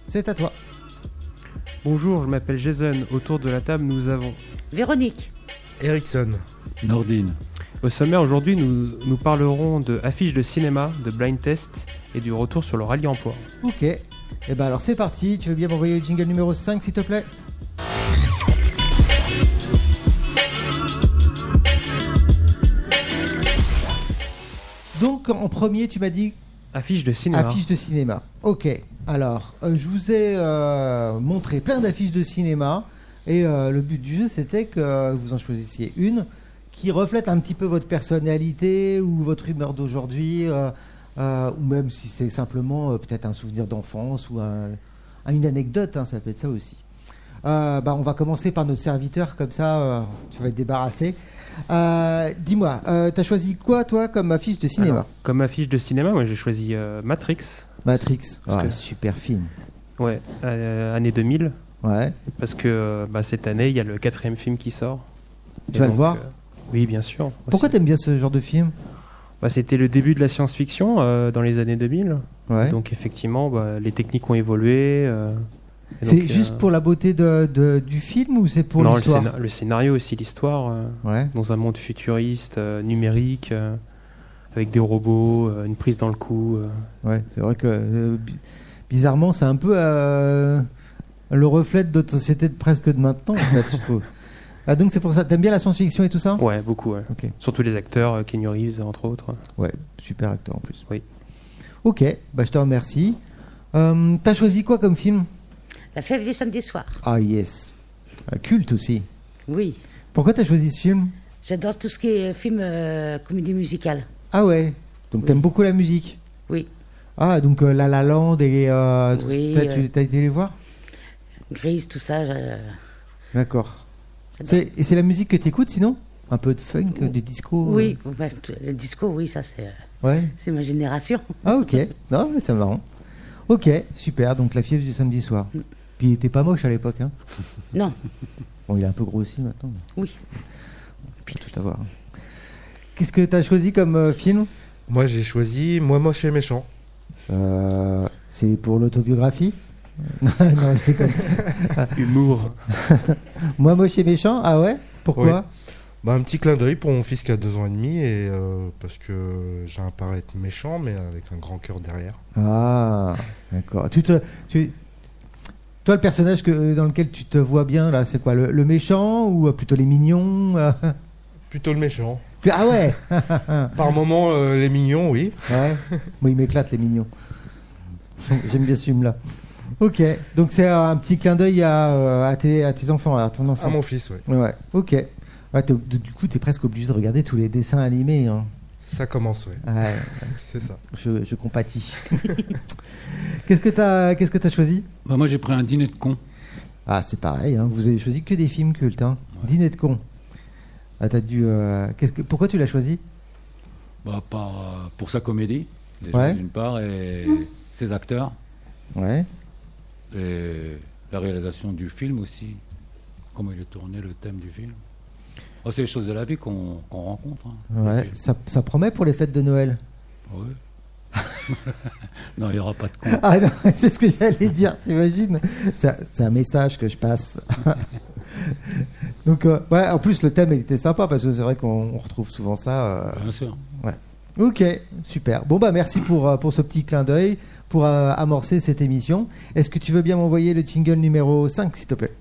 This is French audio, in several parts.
c'est à toi. Bonjour, je m'appelle Jason. Autour de la table, nous avons Véronique. Erickson. Nordine. Au sommaire aujourd'hui, nous parlerons de affiches de cinéma, de blind test et du retour sur le rallye emploi. Ok, et ben alors c'est parti, tu veux bien m'envoyer le jingle numéro 5 s'il te plaît? Donc en premier tu m'as dit Affiches de cinéma. affiches de cinéma. Ok, alors je vous ai montré plein d'affiches de cinéma et le but du jeu c'était que vous en choisissiez une qui reflète un petit peu votre personnalité ou votre humeur d'aujourd'hui, ou même si c'est simplement peut-être un souvenir d'enfance ou une anecdote, hein, ça peut être ça aussi. On va commencer par notre serviteur, comme ça tu vas être débarrassé. Dis-moi, t'as choisi quoi toi comme affiche de cinéma? Alors, comme affiche de cinéma, moi j'ai choisi Matrix. Matrix, Parce que- super film. Ouais, année 2000. Ouais. Parce que cette année, il y a le 4e film qui sort. Tu vas le voir? Oui, bien sûr. Pourquoi Aussi. t'aimes bien ce genre de film? C'était le début de la science-fiction dans les années 2000. Ouais. Donc effectivement, les techniques ont évolué. Et C'est donc, juste pour la beauté du film ou c'est pour non, l'histoire? le scénario aussi, l'histoire. Ouais. Dans un monde futuriste, numérique, avec des robots, une prise dans le cou. Ouais, c'est vrai que bizarrement, c'est un peu le reflet de notre société presque de maintenant, en fait, je trouve. Ah, donc c'est pour ça. T'aimes bien la science-fiction et tout ça? Ouais, beaucoup. Ouais. Ok. Surtout les acteurs, Keanu Reeves, entre autres. Ouais, super acteur en plus. Oui. Ok, je te remercie. T'as choisi quoi comme film? La fève du samedi soir. Ah yes. Culte aussi. Oui. Pourquoi t'as choisi ce film? J'adore tout ce qui est film comédie musicale. Ah ouais. Donc t'aimes beaucoup la musique? Oui. Ah, donc La La Land et Oui, t'as été les voir? Grise, tout ça. D'accord. J'adore. Et c'est la musique que t'écoutes sinon? Un peu de funk, de disco? Oui, le disco, oui, ça Ouais. c'est ma génération. Ah ok. Non mais c'est marrant. Ok, super. Donc la fièvre du samedi soir. Puis il était pas moche à l'époque, hein? Non, Bon, il est un peu grossi maintenant. oui. Puis tout avoir. Qu'est-ce que t'as choisi comme film? Moi, j'ai choisi Moi moche et méchant. C'est pour l'autobiographie? Non, je déconne. Humour. Moi moche et méchant? Ah ouais? Pourquoi? Un petit clin d'œil pour mon fils qui a 2 ans et demi, et parce que j'ai un paraître méchant, mais avec un grand cœur derrière. Ah, d'accord. Toi, le personnage dans lequel tu te vois bien, là, c'est quoi? Le méchant ou plutôt les mignons? Plutôt le méchant. Ah ouais. Par moments, les mignons, oui. Ouais. Moi, il m'éclate, les mignons. J'aime bien ce film-là. Ok. Donc, c'est un petit clin d'œil à tes enfants, à ton enfant. À mon fils, oui. Ouais. Ok. Ouais, du coup, tu es presque obligé de regarder tous les dessins animés. Hein. Ça commence, oui. Ouais, C'est ça. je compatis. Qu'est-ce que t'as choisi? Moi, j'ai pris un dîner de con. Ah, c'est pareil. Hein. Vous avez choisi que des films cultes. Hein. Ouais. Dîner de con. Ah, t'as dû. Pourquoi tu l'as choisi? Pour sa comédie, déjà, Ouais. d'une part, et ses acteurs, Ouais. et la réalisation du film aussi, comment il est tourné, le thème du film. Oh, c'est les choses de la vie qu'on rencontre. Hein. Ouais. Et- Ça promet pour les fêtes de Noël. Ouais. Non, il n'y aura pas de con. Ah non, c'est ce que j'allais dire, t'imagines? C'est un message que je passe. Donc, ouais, en plus, le thème il était sympa parce que c'est vrai qu'on retrouve souvent ça. Bien sûr. Ok, super. Bon, merci pour ce petit clin d'œil, pour amorcer cette émission. Est-ce que tu veux bien m'envoyer le jingle numéro 5, s'il te plaît?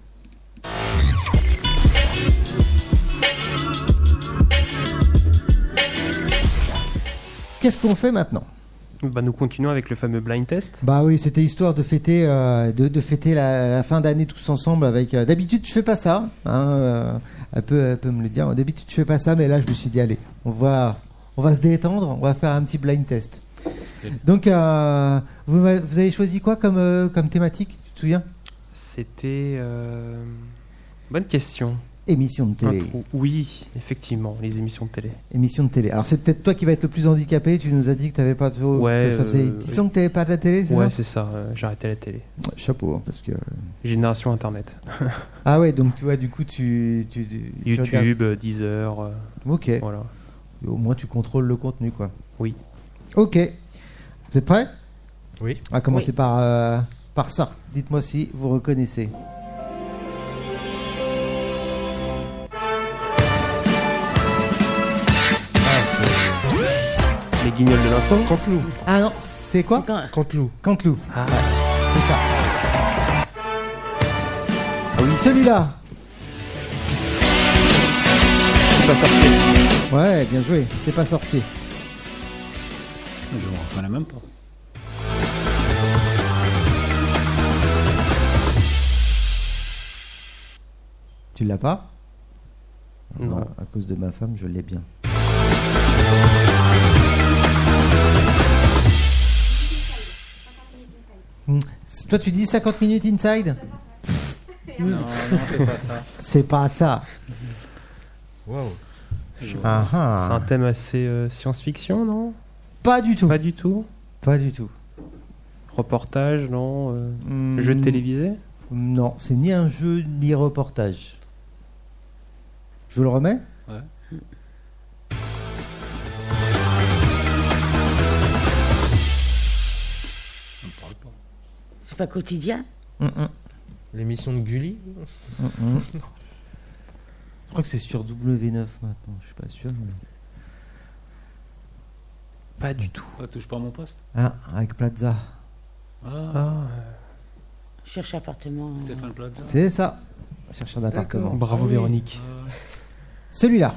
Qu'est-ce qu'on fait maintenant? Nous continuons avec le fameux blind test. Bah oui, c'était histoire de fêter, de fêter la fin d'année tous ensemble avec. D'habitude, je fais pas ça. Hein, elle peut me le dire. D'habitude, je fais pas ça, mais là, je me suis dit, allez, on va se détendre, on va faire un petit blind test. Donc, vous avez choisi quoi comme thématique? Tu te souviens? C'était... Bonne question. Émission de télé. Oui, effectivement, les émissions de télé. Émission de télé. Alors, c'est peut-être toi qui vas être le plus handicapé. Tu nous as dit que tu n'avais pas trop. Ouais, que ça faisait 10 ans que tu n'avais pas de la télé, c'est Ouais, ça? c'est ça. J'ai arrêté la télé. Chapeau, hein, parce que. Génération Internet. Ah ouais, donc tu vois, du coup, tu regardes. YouTube, Deezer. Ok. Voilà. Au moins, tu contrôles le contenu, quoi. Oui. Ok. Vous êtes prêts? Oui. On va commencer par par Sartre. Dites-moi si vous reconnaissez. Les guignols de l'info. Canteloup. Ah non, c'est quoi? Canteloup. Canteloup. Ah. Ouais, c'est ça. Ah oui, celui-là. C'est pas sorcier. Ouais, bien joué. C'est pas sorcier. Je ne reconnais même pas. Tu l'as pas? Non. À cause de ma femme, je l'ai bien. Toi, tu dis 50 minutes inside? Non, c'est pas ça. C'est pas ça. Waouh. Ah, C'est ah. un thème assez science-fiction, non? Pas du tout. Pas du tout. Pas du tout. Reportage, non? Hmm, Jeu télévisé? Non, c'est ni un jeu ni reportage. Je vous le remets? Ouais. On ne parle pas. C'est pas quotidien. L'émission de Gulli. Je crois que c'est sur W9 maintenant, je suis pas sûr. mais- Pas du tout. Ah, touche pas à mon poste. Ah, avec Plaza. Ah, Cherche appartement. Stéphane Plaza. C'est ça. Cherche un appartement. Bravo Ah oui. Véronique. Celui-là.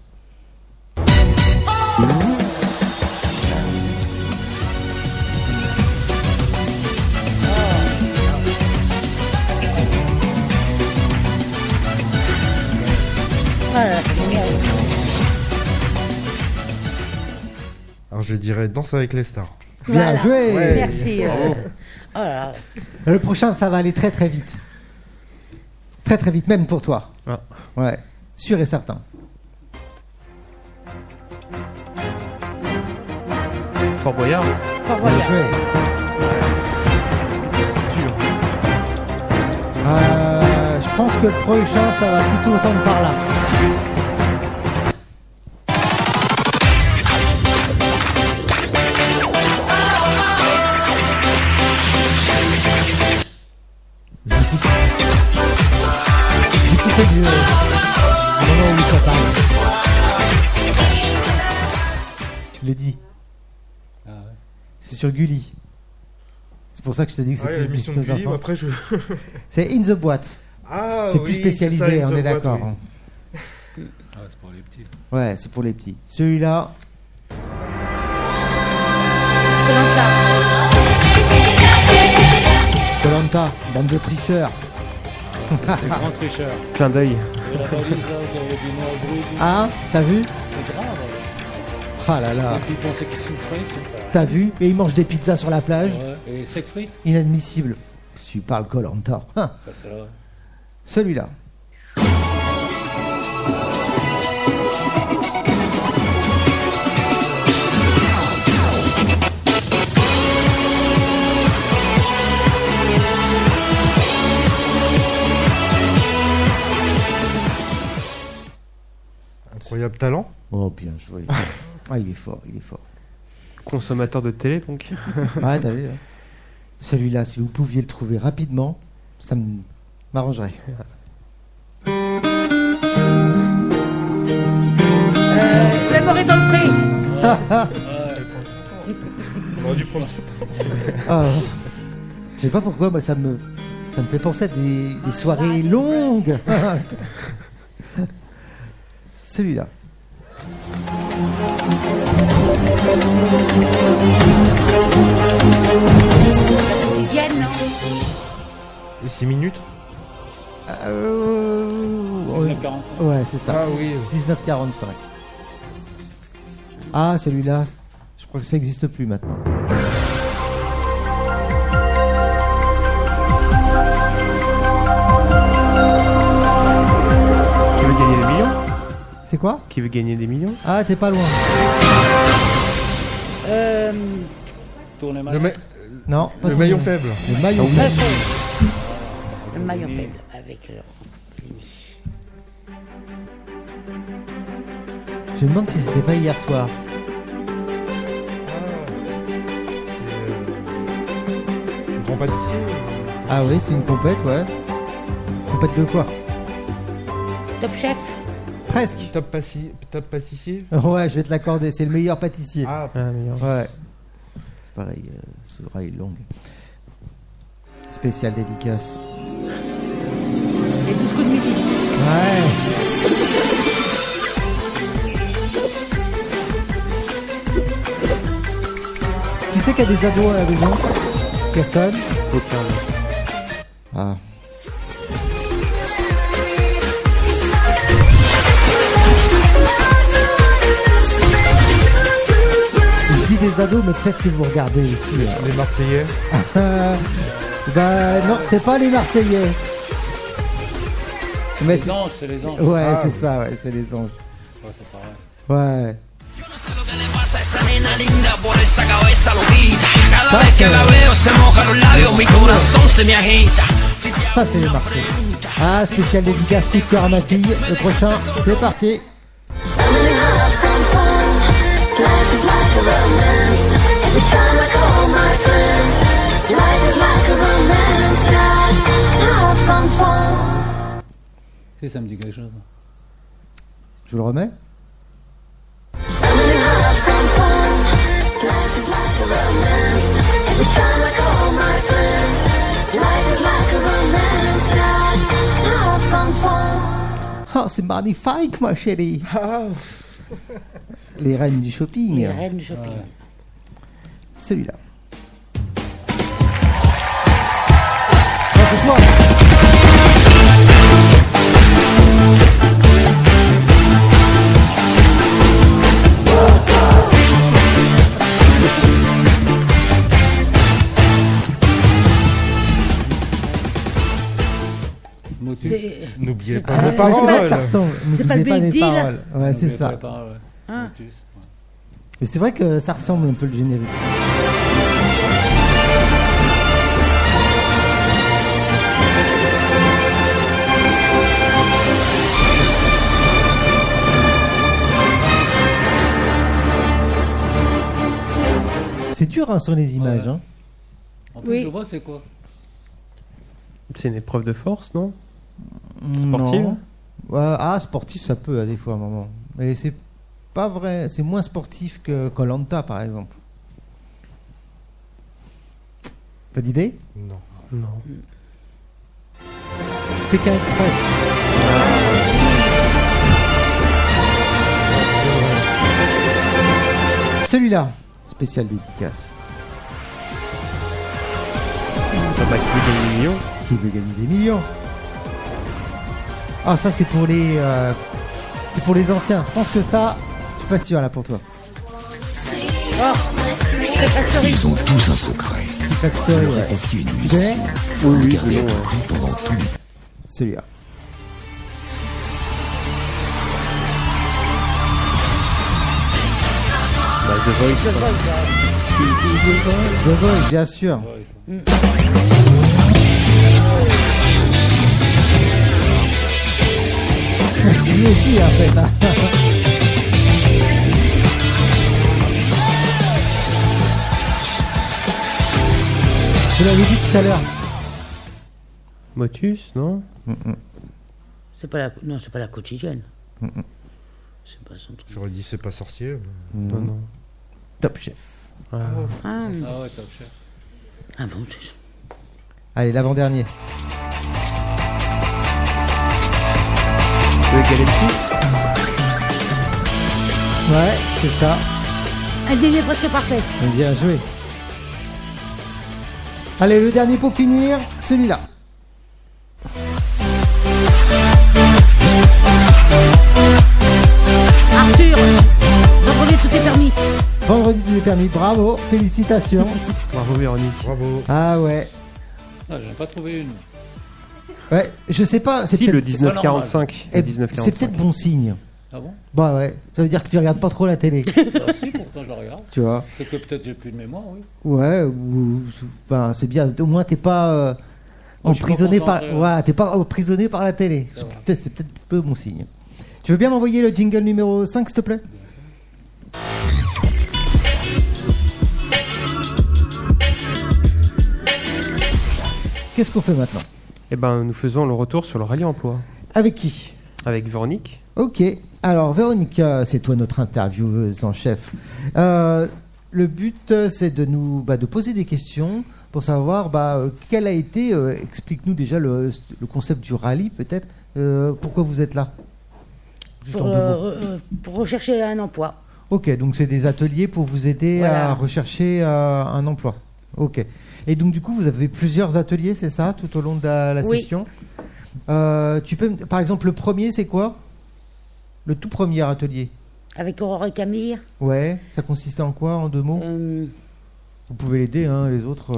Ah, c'est génial. Alors je dirais Danse avec les stars. Bien Voilà. joué. Ouais. Merci. Oh là là. Le prochain, ça va aller très très vite. Très très vite, même pour toi. Ah. Ouais, sûr et certain. Fort Boyard. Fort Bien Boyard. joué. Dur. Je pense que le prochain, ça va plutôt entendre par là. J'ai coupé du moment où ça parle. Je le dis, Ah ouais. c'est sur Gulli. C'est pour ça que je te dis que c'est Ah, plus l'émission de destiné aux Gulli, enfants. après je. C'est In the Boîte. Ah, C'est plus oui, spécialisé, c'est ça, on Into est the Boîte, d'accord. oui. hein. Ah, c'est pour les petits. Ouais, c'est pour les petits. Celui-là, Koh-Lanta, bande de tricheurs. Les grands tricheurs. Clin d'œil. Et la valise, là, qui avait des noiseries, tout. Ah, t'as vu? C'est grave. Ah là là, Et puis, ils pensaient qu'ils souffraient, c'est pas. t'as vu? Et ils mangent des pizzas sur la plage. Ouais. Et steak frites. Inadmissible. Tu parles Koh-Lanta. Hein. Ça, c'est vrai. Celui-là. Incroyable talent. Oh, bien joué. Ah, il est fort, il est fort. Consommateur de télé, donc. Ouais, t'as vu? Hein. Celui-là, si vous pouviez le trouver rapidement, ça m'arrangerait. Le mort est dans le pré. On aurait dû prendre ça. Ah, je sais pas pourquoi, moi ça me fait penser à des soirées longues. Celui-là. Quotidienne, non? Et 6 minutes. Ouais, 1945. ouais, c'est ça. Ah oui. 1945. Ah, celui-là, je crois que ça n'existe plus maintenant. Qui veut gagner des millions? C'est quoi? Qui veut gagner des millions? Ah, t'es pas loin. Tournez Le, ma- Non, pas le trop maillon loin. faible. Le maillon Très faible. faible. Le maillon faible avec Clémy. Je me demande si c'était pas hier soir. Grand pâtissier. Ah oui, c'est une compète, ouais. Compète de quoi? Top Chef. Presque. Top pâtissier. Ouais, je vais te l'accorder, c'est le meilleur pâtissier. Ah, Ah, meilleur. Ouais. Pareil, ce rail longue. Spécial dédicace. Les discours de midi. Ouais. Qui c'est qui a des ados à la maison? Personne? Aucun. Ah. Je dis des ados, mais peut-être que vous regardez aussi. les Marseillais. Bah non, c'est pas les Marseillais. Mais Les anges, c'est les anges. ouais, Ah, c'est oui. ça, ouais, c'est les anges. Ouais, c'est pareil. Ouais. Lo que le pasa a esa nena linda por esa cabeza loquita. Cada Ça, vez que c'est- la veo se moja los labios, mi corazón se me agita. Si te Ça, c'est les Marseillais. Ah, spécial dédicace coup de cœur à ma fille. Le prochain, c'est parti. Si, ça me dit quelque chose. Je vous le remets. Oh, c'est magnifique, ma chérie. Les reines du shopping. Les reines du shopping. Celui-là. Oh, c'est toi. Motus. C'est N'oubliez c'est pas pas- vos C'est vrai que paroles. ça ressemble. C'est pas le N'oubliez Big les Deal. paroles. Ouais, c'est N'oubliez ça. pas les paroles, ouais. Hein. Motus, ouais. Mais c'est vrai que ça ressemble un peu le générique. C'est dur hein, sur les images. Ouais. Hein. En plus, Oui. je vois, c'est quoi? C'est une épreuve de force, non? Sportive. Non. Ouais, ah, sportif, ça peut à des fois à un moment. Mais c'est pas vrai. C'est moins sportif que Koh-Lanta, par exemple. Pas d'idée? Non. Non. Pékin Express. Celui-là, spécial dédicace. Ça va être plus de millions. Qui veut gagner des millions? Ah, ça c'est pour les anciens. Je pense que ça, je suis pas sûr là pour toi. C'est Factory. Ils ont tous un secret. C'est Factory, Je leur ai ouais. confié une Tu mission. connais? Oui, Garder oui, à non, tout prix pendant tout le Celui-là. Bah, The Voice. The Voice, bien sûr. Ouais, il faut- J'y joue aussi en fait. Hein. Je l'avais dit tout à l'heure. Motus, non? C'est pas la, non, c'est pas la quotidienne. Mm-mm. C'est pas son truc. J'aurais dit c'est pas sorcier. Non, non. Top Chef. Ah. Ah, Ah ouais, Top Chef. ah bon, c'est- Allez, l'avant-dernier. Le Galaxy. Ouais, c'est ça. un dîner presque parfait. Bien joué. Allez, le dernier pour finir, celui-là. Arthur, vendredi tout est permis. Vendredi tout est permis, bravo, félicitations. Bravo Véronique. Bravo. Ah ouais. Ah, j'en ai pas trouvé une. Ouais, je sais pas, c'est Si, le peut-être 1945. eh, Le 1945. c'est peut-être bon signe. Ah bon? Bah ouais, ça veut dire que tu regardes pas trop la télé, Ah si, pourtant je la regarde. tu vois. C'est que peut-être j'ai plus de mémoire, oui. Ouais, ou enfin, c'est bien, au moins t'es pas Moi, je suis pas emprisonné par concentré, ouais, t'es pas emprisonné par la télé. C'est vrai. C'est peut-être un peu bon signe. Tu veux bien m'envoyer le jingle numéro 5 s'il te plaît? qu'est-ce qu'on fait maintenant? Eh ben, nous faisons le retour sur le rallye emploi Avec qui? avec Véronique. Ok. Alors, Véronique, c'est toi notre intervieweuse en chef. Le but, c'est de poser des questions pour savoir quel a été. Explique-nous déjà le concept du rallye, peut-être. Pourquoi vous êtes là? Juste en 2 mots. Pour rechercher un emploi. Ok, donc c'est des ateliers pour vous aider Voilà. à rechercher un emploi. Ok. Et donc du coup, vous avez plusieurs ateliers, c'est ça, tout au long de la Oui. session. Tu peux, par exemple, le premier, c'est quoi? Le tout premier atelier. Avec Aurore et Camille. Ouais, ça consistait en quoi, en 2 mots? Vous pouvez l'aider, hein, les autres.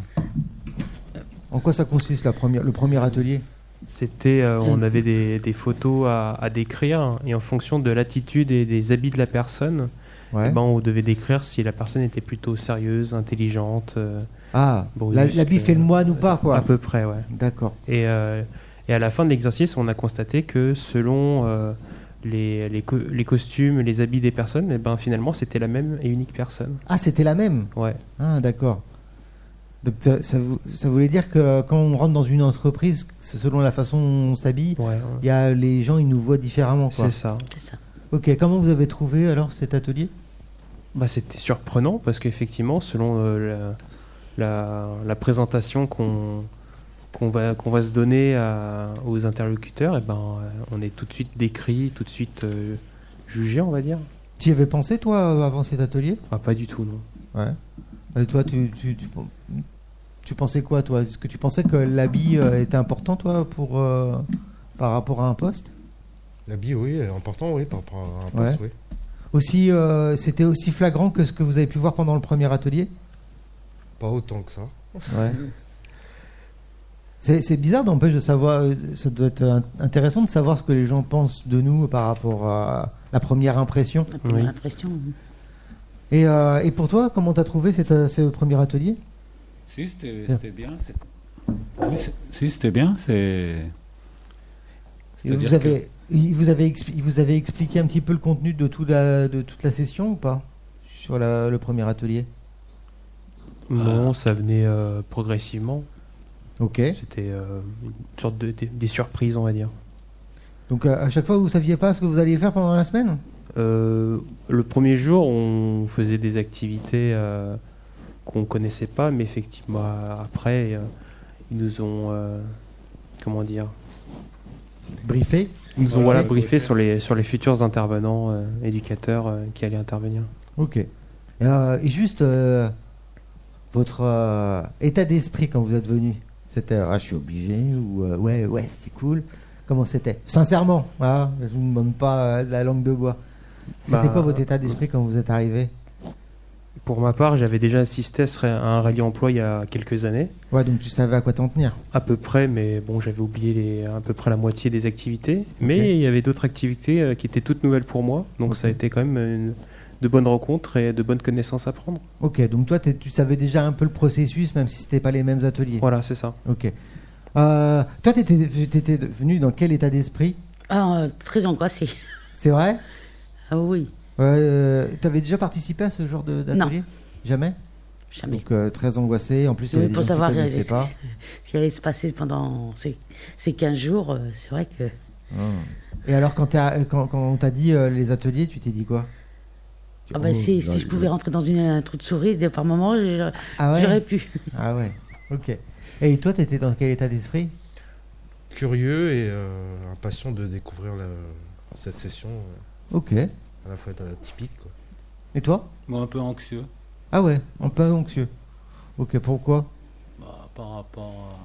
En quoi ça consiste le premier atelier? C'était, on avait des photos à décrire et en fonction de l'attitude et des habits de la personne, Ouais. eh ben, on devait décrire si la personne était plutôt sérieuse, intelligente, brusque, L'habit fait le moine ou pas, quoi. à peu près, ouais. D'accord. Et à la fin de l'exercice, on a constaté que selon les costumes, les habits des personnes, eh ben, finalement, c'était la même et unique personne. Ah, c'était la même. Ouais. Ah, d'accord. Donc ça voulait dire que quand on rentre dans une entreprise, c'est selon la façon dont on s'habille, Ouais, il y a les gens, ils nous voient différemment, quoi. c'est ça. C'est ça. Ok, comment vous avez trouvé alors cet atelier? Bah, c'était surprenant parce qu'effectivement, selon la présentation qu'on va se donner aux interlocuteurs, eh ben, on est tout de suite décrit, tout de suite jugé, on va dire. Tu y avais pensé, toi, avant cet atelier? Ah, pas du tout, non. Ouais. Et toi, tu pensais quoi, toi? Est-ce que tu pensais que l'habit était important, toi, par rapport à un poste? L'habit, oui, est important, oui, par rapport à un poste, oui. Aussi, c'était aussi flagrant que ce que vous avez pu voir pendant le premier atelier? Pas autant que ça. Ouais. C'est bizarre, n'empêche, de savoir. Ça doit être intéressant de savoir ce que les gens pensent de nous par rapport à la première impression. La première Oui. impression. Et pour toi, comment t'as trouvé ce premier atelier? Si, c'était bien. Oui, si, c'était bien. Il vous avait expliqué un petit peu le contenu de toute la session ou pas? Sur le premier atelier? Non, ça venait progressivement. Ok. C'était une sorte des surprises, on va dire. Donc à chaque fois, vous saviez pas ce que vous alliez faire pendant la semaine? Le premier jour, on faisait des activités qu'on connaissait pas, mais effectivement, après, ils nous ont, comment dire, Briefé? ils nous ont Voilà, briefé sur les futurs intervenants, éducateurs qui allaient intervenir. Ok. Et juste votre état d'esprit quand vous êtes venu, c'était je suis obligé ou ouais c'est cool. Comment c'était? Sincèrement, je ne me demande pas la langue de bois. C'était quoi votre état d'esprit quand vous êtes arrivé? Pour ma part, j'avais déjà assisté à un rallye emploi il y a quelques années, Ouais, donc tu savais à quoi t'en tenir. à peu près, mais bon, j'avais oublié à peu près la moitié des activités. Mais Ok. il y avait d'autres activités qui étaient toutes nouvelles pour moi, donc Ok. ça a été quand même de bonnes rencontres et de bonnes connaissances à prendre. Ok, donc toi tu savais déjà un peu le processus, même si c'était pas les mêmes ateliers. Voilà, c'est ça. Ok. Toi, t'étais venu dans quel état d'esprit? Très angoissée. C'est vrai? Ah oui, T'avais déjà participé à ce genre d'atelier? Jamais? jamais. Donc très angoissé. En plus, il y avait des Pour gens savoir qui ne connaissaient pas. ce qui allait se passer pendant ces 15 jours, c'est vrai que Et alors, quand on t'a dit les ateliers, tu t'es dit quoi? si je pouvais rentrer dans un trou de souris, par moment, Ah ouais? j'aurais pu. Ah ouais, ok. Et toi, t'étais dans quel état d'esprit? Curieux et impatient de découvrir cette session, Ok. à la fois typique, quoi. Et toi? Moi, un peu anxieux Ah ouais, un peu anxieux. Ok, pourquoi? par rapport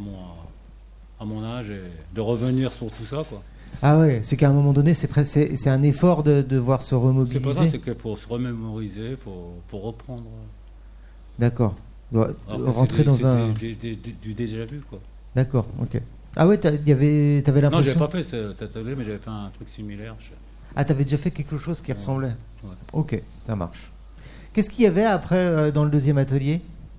à mon âge et de revenir sur tout ça, quoi. Ah ouais, c'est qu'à un moment donné, c'est un effort de devoir se C'est remobiliser. pas ça, c'est que pour se remémoriser, pour reprendre. D'accord. Après, Rentrer c'est dans un... du déjà vu, quoi. D'accord, ok. Ah ouais, t'avais Non, l'impression... j'avais pas fait cet atelier, mais j'avais fait un truc similaire. Ah, t'avais déjà fait quelque chose qui ressemblait. Ouais. Ok, ça marche. Qu'est-ce qu'il y avait après dans le deuxième atelier?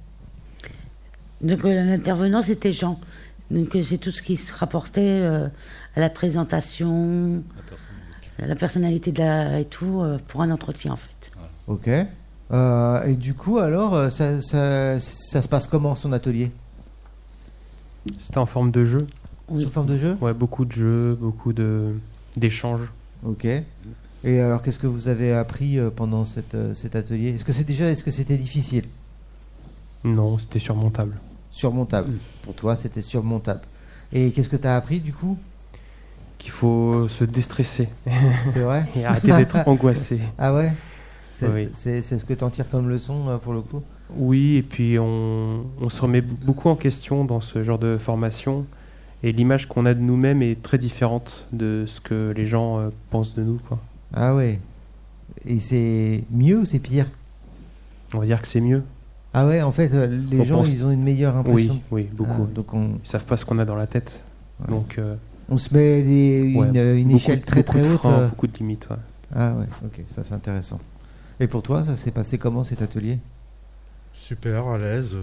Donc l'intervenant, c'était Jean. Donc c'est tout ce qui se rapportait à la présentation, à la personnalité et tout, pour un entretien en fait. Ok. Et du coup, alors, ça se passe comment, son atelier? C'était en forme de jeu. Oui. Sous forme de jeu? Ouais, beaucoup de jeux, beaucoup d'échanges. Ok. Et alors, qu'est-ce que vous avez appris pendant cet atelier? Est-ce que c'était difficile? Non, c'était surmontable. Surmontable. Pour toi, c'était surmontable. Et qu'est-ce que tu as appris du coup? Qu'il faut se déstresser C'est vrai? et arrêter d'être angoissé. Ah ouais? Oui. C'est ce que tu en tires comme leçon pour le coup? Oui, et puis on se remet beaucoup en question dans ce genre de formation. Et l'image qu'on a de nous-mêmes est très différente de ce que les gens pensent de nous, quoi. Ah ouais. Et c'est mieux ou c'est pire? On va dire que c'est mieux. Ah ouais, en fait, les On gens, pense- ils ont une meilleure impression. Oui, beaucoup. Ah, donc on Ils savent pas ce qu'on a dans la tête. Ouais. Donc, se met une beaucoup- échelle très beaucoup très de haute. freins, beaucoup de limites. Ouais. Ah ouais, ok, ça c'est intéressant. Et pour toi, ça s'est passé comment cet atelier? Super, à l'aise.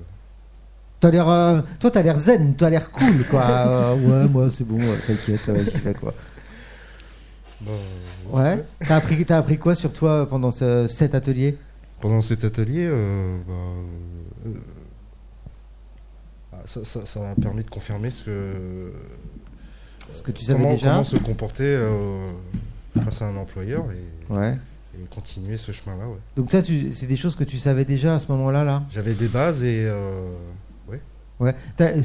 Toi, t'as l'air zen, t'as l'air cool, quoi. Ouais, moi c'est bon, t'inquiète, j'y vais, quoi. Bah, Ouais. T'as appris quoi sur toi pendant cet atelier? Pendant cet atelier, ça m'a permis de confirmer Ce que tu savais déjà. comment se comporter face à un employeur Ouais. et continuer ce chemin-là. Ouais. Donc ça, c'est des choses que tu savais déjà à ce moment-là, là. J'avais des bases et Ouais.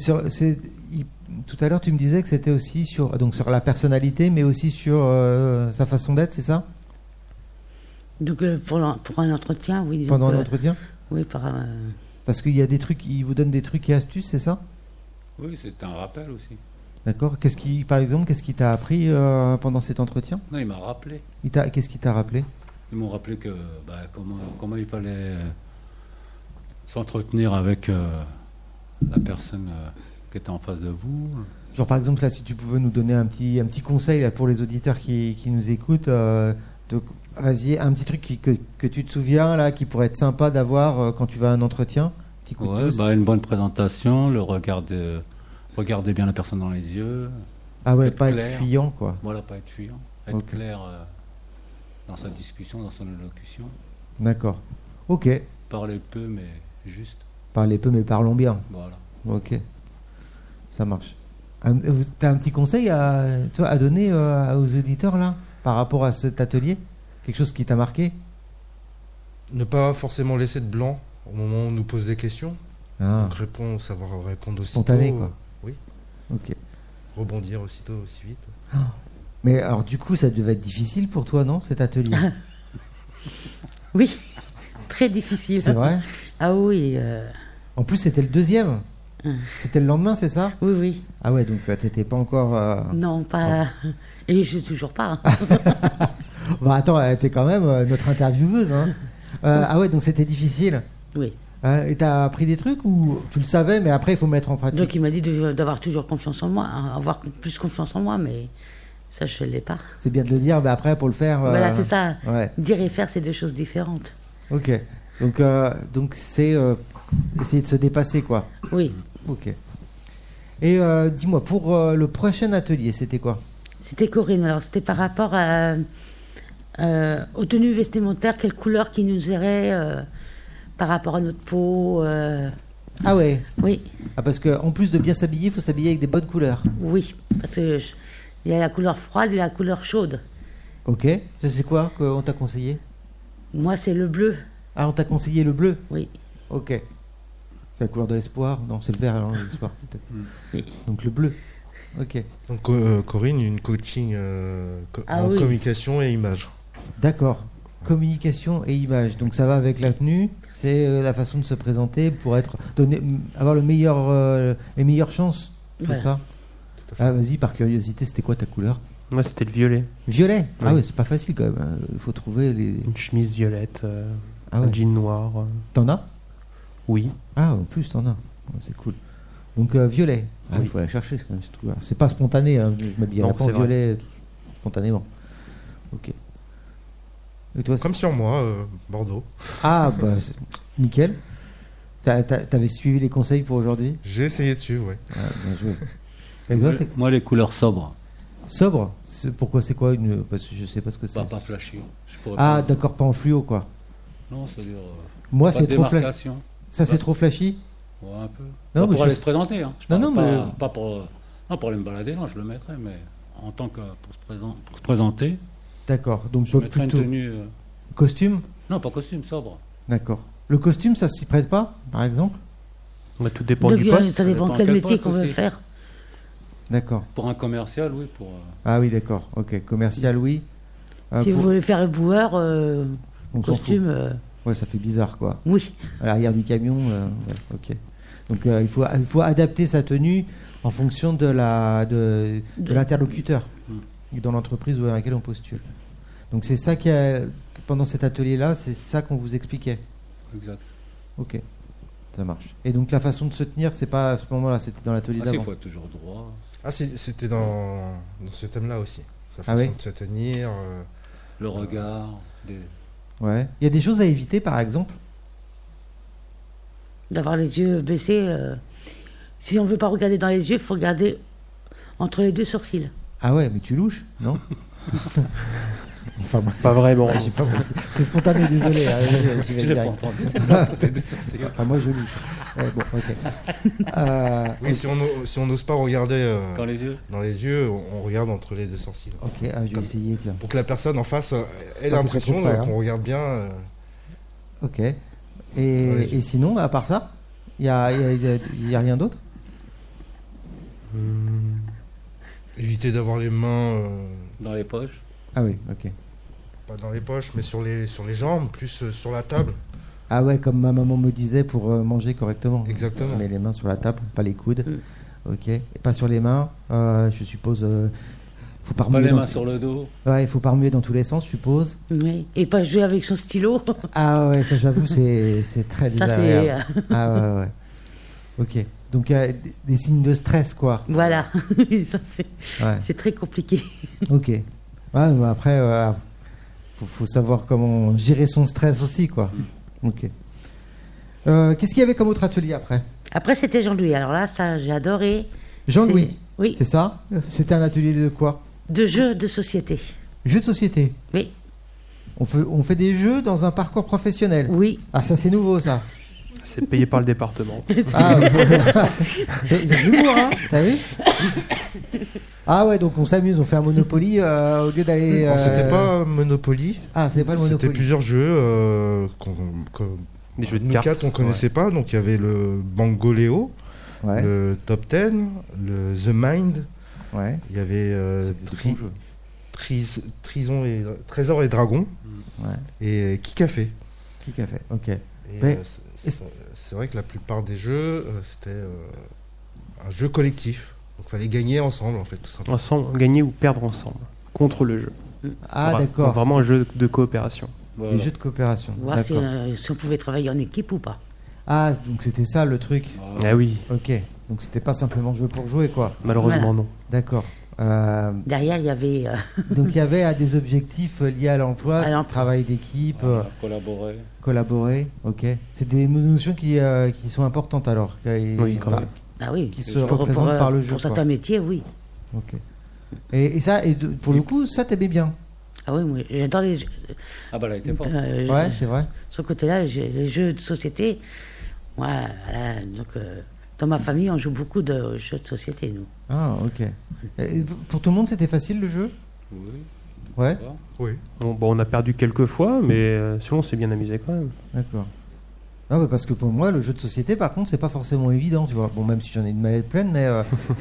Tout à l'heure, tu me disais que c'était aussi sur la personnalité, mais aussi sur sa façon d'être, c'est ça? Donc pour un entretien, oui. disons Pendant que- un entretien? Oui, Parce qu'il y a des trucs, ils vous donnent des trucs et astuces, c'est ça? Oui, c'est un rappel aussi. D'accord. Par exemple, qu'est-ce qui t'a appris pendant cet entretien? Non, il m'a rappelé. Qu'est-ce qui t'a rappelé? Ils m'ont rappelé que comment il fallait s'entretenir avec la personne qui était en face de vous. Genre par exemple là, si tu pouvais nous donner un petit conseil là, pour les auditeurs qui nous écoutent, vas-y, un petit truc que tu te souviens là, qui pourrait être sympa d'avoir quand tu vas à un entretien. Petit coup de Ouais, pouce. une bonne présentation, regarder bien la personne dans les yeux. Ah ouais, être pas clair. être fuyant quoi. Voilà, pas être fuyant, être Ok. clair dans sa discussion, dans son élocution. D'accord. Ok. Parler peu, mais juste. Parlez peu mais parlons bien. Voilà. Ok. Ça marche. T'as un petit conseil à donner aux auditeurs là par rapport à cet atelier? Quelque chose qui t'a marqué? ne pas forcément laisser de blanc au moment où on nous pose des questions. Ah, Donc savoir répondre aussitôt. spontané quoi. Oui. Ok. Rebondir aussitôt, aussi vite. Mais alors du coup, ça devait être difficile pour toi, non, cet atelier? Oui, très difficile. C'est vrai? Ah oui, En plus, c'était le deuxième. C'était le lendemain, c'est ça? oui, oui. Ah ouais, donc t'étais pas encore... Non, pas. Et je suis toujours pas. Bah attends, t'es quand même notre intervieweuse. Hein. Ah ouais, donc c'était difficile. Oui. Et t'as appris des trucs ou tu le savais, mais après il faut mettre en pratique? Donc il m'a dit d'avoir toujours confiance en moi, hein, avoir plus confiance en moi, mais ça je ne l'ai pas. C'est bien de le dire, mais après pour le faire... Voilà, c'est ça. Ouais, Dire et faire, c'est deux choses différentes. ok. Donc c'est essayer de se dépasser, quoi. Oui. Ok. Et dis-moi, pour le prochain atelier, c'était quoi? C'était Corinne. Alors c'était par rapport aux tenues vestimentaires, quelle couleur qui nous irait par rapport à notre peau. Ah ouais. Oui, Ah, parce qu'en plus de bien s'habiller, il faut s'habiller avec des bonnes couleurs. oui. Parce que il y a la couleur froide et la couleur chaude. Ok. Ça c'est quoi qu'on t'a conseillé? Moi, c'est le bleu. Ah, on t'a conseillé le bleu? Oui. Ok. C'est la couleur de l'espoir? Non, c'est le vert, alors l'espoir. peut-être. Oui. Donc le bleu. Ok. Donc Corinne, une coaching Ah en oui. communication et image. D'accord. Communication et image. Donc ça va avec la tenue. C'est la façon de se présenter pour avoir les meilleures chances. C'est Voilà. ça? Tout à fait. Ah, vas-y, par curiosité, c'était quoi ta couleur? Moi, c'était le violet. Violet. Ah Oui. ouais, c'est pas facile quand même. Il faut trouver les. Une chemise violette, Ah ouais. un jean noir. T'en as? Oui. Ah, en plus, t'en as. Ouais, c'est cool. Donc, violet. Ah, Oui. il faut aller chercher, c'est quand même ce truc-là. C'est pas spontané, hein. Je m'habillerai Non, pas en c'est vrai. violet spontanément. Ok. Et toi, Comme sur moi, Bordeaux. Ah, bah, nickel. T'avais suivi les conseils pour aujourd'hui? J'ai essayé dessus, ouais. Ouais, bien joué. Et toi, c'est Moi, les couleurs sobres, sobre? Pourquoi c'est quoi une... Parce que je sais pas ce que c'est. pas flashy. Je pourrais Ah, pas- d'accord, pas en fluo, quoi. Non, c'est-à-dire. Moi, pas c'est de trop flashy. démarcation. Ça, c'est Ouais. trop flashy? Ouais, un peu. Non, Pas mais pour aller se présenter. Hein. Je Non, parle non, mais- pas pour, non, pour aller me balader, non, je le mettrais, mais en tant que pour se présenter, D'accord. Donc je mettrais une plutôt tenue. costume. Non, pas costume, sobre. D'accord. Le costume, ça s'y prête pas, par exemple? Bah, tout dépend Donc, du poste. ça dépend dépend quel quel métier poste qu'on veut aussi. faire. D'accord. Pour un commercial, oui. Pour, Ah oui, d'accord. Ok. Commercial, oui. Si Pour- vous voulez faire éboueur, on s'en fout. costume, Ouais, ça fait bizarre, quoi. oui. À l'arrière du camion, ouais, ok. Donc il faut adapter sa tenue en fonction de l'interlocuteur dans l'entreprise dans laquelle on postule. Donc c'est ça pendant cet atelier-là, c'est ça qu'on vous expliquait. exact. Ok, ça marche. Et donc la façon de se tenir, c'est pas à ce moment-là, c'était dans l'atelier Ah, il d'avant. faut être toujours droit. Ah, c'était dans ce thème-là aussi. Sa Ah façon oui de se tenir. Le regard. Ouais. Il y a des choses à éviter, par exemple. D'avoir les yeux baissés. Si on veut pas regarder dans les yeux, il faut regarder entre les deux sourcils. Ah ouais, mais tu louches, non? Enfin, moi, Pas vraiment. j'ai pas- c'est spontané, désolé. Hein, j'y vais Je l'ai pas direct. entendu, c'est là, t'es des sourcils. Enfin, moi je louche. Ouais, bon, ok. Oui, si on n'ose pas regarder Dans les yeux. dans les yeux, on regarde entre les deux sourcils. Ok, je vais essayer, tiens. Pour que la personne en face ait Pas que l'impression ce soit trop près, qu'on regarde bien. Ok. Dans les yeux. Et sinon, à part ça, il y a rien d'autre? Éviter d'avoir les mains Dans les poches. Ah oui, ok. pas dans les poches, mais sur les jambes, plus sur la table. Ah ouais, comme ma maman me disait pour manger correctement. Exactement. On met les mains sur la table, pas les coudes. Mm. Ok. Et pas sur les mains. Je suppose. Faut pas Pas remuer les dans- mains sur le dos. Ouais, il faut pas remuer dans tous les sens, je suppose. Oui. Et pas jouer avec son stylo. Ah ouais, ça j'avoue, c'est très Ça, désagréable. c'est. Ah ouais, ouais. Ok. Donc il y a des signes de stress, quoi. Voilà. Ça, Ouais. c'est très compliqué. Ok. Ouais, mais après, faut savoir comment gérer son stress aussi, quoi. Ok. Qu'est-ce qu'il y avait comme autre atelier après? Après, c'était Jean-Louis. Alors là, ça, j'ai adoré. Jean-Louis, C'est- Oui. c'est ça? C'était un atelier de quoi? De jeux de société. Jeux de société. Oui. On fait des jeux dans un parcours professionnel. Oui. Ah, ça c'est nouveau, ça. C'est payé par le département. Ah, c'est de l'humour, hein? T'as vu? Ah ouais, donc on s'amuse, on fait un Monopoly au lieu d'aller. Alors, c'était pas Monopoly. Ah, c'est pas le C'était Monopoly. plusieurs jeux Des jeux de nous cartes. quatre on connaissait pas. Donc il y avait le Bangoléo, Ouais, le Top 10, le The Mind. ouais. Il y avait Ça fait tout ton jeu. Trésor et Dragon Ouais. et Qui Café. Qui a fait? Ok. Et, Mais c'est vrai que la plupart des jeux, c'était un jeu collectif. Donc il fallait gagner ensemble, en fait, tout simplement. Ensemble, gagner ou perdre ensemble. Contre le jeu. Ah, Vra- d'accord. Vraiment un jeu de coopération. Voilà. Des jeux de coopération. Voir si, D'accord. si on pouvait travailler en équipe ou pas. Ah, donc c'était ça le truc. Ah, Ah oui, Ok. Donc c'était pas simplement jouer pour jouer, quoi. malheureusement non. D'accord. Derrière, il y avait. Donc il y avait des objectifs liés à l'emploi, À l'emploi. travail d'équipe, voilà, collaborer. collaborer. Ok. C'est des notions qui sont importantes alors. Oui, quand même. Ah oui. Qui se Pour- représentent pour, par le jeu. Pour quoi. certains métiers, oui. Ok. Et ça, pour le coup, ça t'aimais bien. Ah oui, moi, j'adore les jeux. Ah bah là, il était fort. Ouais, c'est vrai. Ce côté-là, les jeux de société. Moi, voilà, donc, dans ma famille, on joue beaucoup de jeux de société, nous. Ah, ok. Et pour tout le monde, c'était facile le jeu. Oui. Ouais. Oui. Bon, on a perdu quelques fois, mais sinon on s'est bien amusé quand même. D'accord. Ah ouais, parce que pour moi, le jeu de société, par contre, c'est pas forcément évident, tu vois. Bon, même si j'en ai une mallette pleine, mais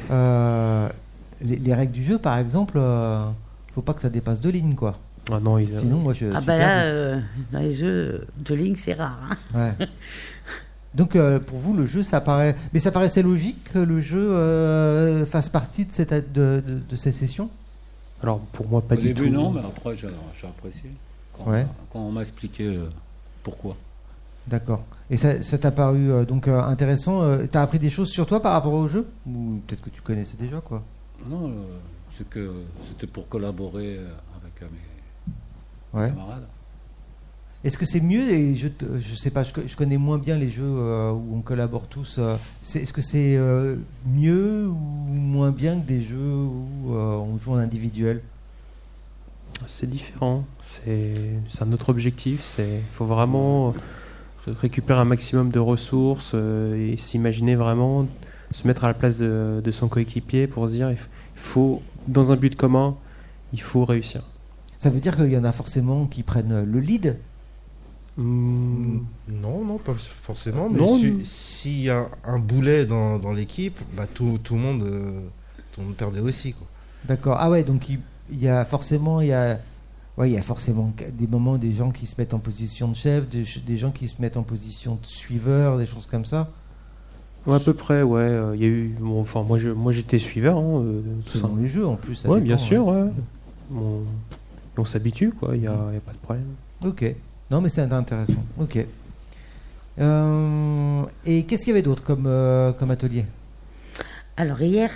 les règles du jeu, par exemple, faut pas que ça dépasse 2 lignes, quoi. Ah non, Sinon, moi, je Ah suis bah perdu. là, dans les jeux de ligne, c'est rare. Hein. Ouais. Donc, pour vous, le jeu, ça paraît. Mais ça paraissait logique que le jeu fasse partie de ces sessions. alors pour moi pas Au du début, tout. non, mais après, j'ai apprécié. Quand, Ouais. quand on m'a expliqué pourquoi. D'accord. Et ça t'a paru donc intéressant. T'as appris des choses sur toi par rapport au jeu? Ou peut-être que tu connaissais déjà, quoi. Non, c'est que c'était pour collaborer avec mes Ouais. camarades. Est-ce que c'est mieux les jeux je sais pas, je connais moins bien les jeux où on collabore tous. Est-ce que c'est mieux ou moins bien que des jeux où on joue en individuel? C'est différent. C'est un autre objectif. Il faut vraiment récupérer un maximum de ressources et s'imaginer vraiment, se mettre à la place de son coéquipier pour se dire il faut, dans un but commun, il faut réussir. Ça veut dire qu'il y en a forcément qui prennent le lead? Non, pas forcément. Mais Non. s'il y a un boulet dans l'équipe, tout le monde perdait aussi, quoi. D'accord. Ah ouais, donc il y a forcément des moments, des gens qui se mettent en position de chef, des gens qui se mettent en position de suiveur, des choses comme ça. Ouais, à peu près, ouais. Il y a eu, moi j'étais suiveur. Selon les jeux en plus. Ça Ouais, dépend, bien sûr. ouais. Ouais. On s'habitue, quoi. Il y a pas de problème. Ok. Non, mais c'est intéressant. Ok. Et qu'est-ce qu'il y avait d'autre comme atelier? Alors hier,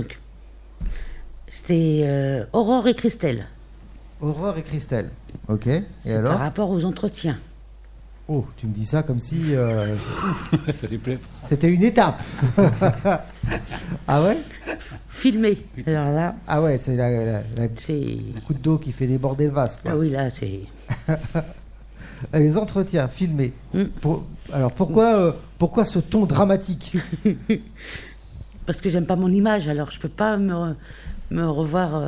c'était Aurore et Christelle. Aurore et Christelle. Ok. Et C'est alors? par rapport aux entretiens. Oh, tu me dis ça comme si Ça lui plaît. c'était une étape. Ah ouais? Filmés. Alors là, Ah ouais, c'est la c'est... goutte d'eau qui fait déborder le vase, quoi. Ah oui, là, c'est... Les entretiens filmés. Mm. Alors pourquoi ce ton dramatique? Parce que j'aime pas mon image, alors je peux pas me revoir...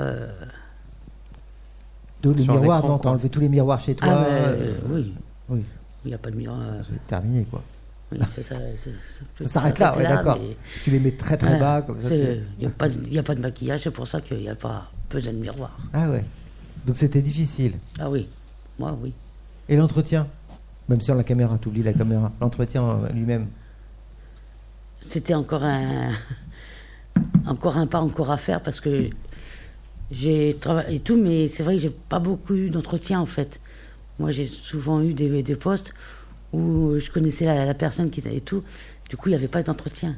Le Sur un miroir, écran, non, quoi. t'as enlevé tous les miroirs chez toi. Ah oui. oui. Il n'y a pas de miroir. C'est terminé, quoi. Oui, c'est ça. Ça s'arrête là, ouais, d'accord. mais- Tu les mets très très Ouais, bas, comme ça. Il n'y a pas de maquillage, c'est pour ça qu'il n'y a pas besoin de miroir. Ah ouais. Donc c'était difficile. Ah oui, moi oui. Et l'entretien? Même sur la caméra, t'oublies la caméra. L'entretien lui-même. C'était encore un pas encore à faire parce que j'ai travaillé et tout, mais c'est vrai que j'ai pas beaucoup eu d'entretien en fait. Moi j'ai souvent eu des postes où je connaissais la personne qui et tout. Du coup il n'y avait pas d'entretien.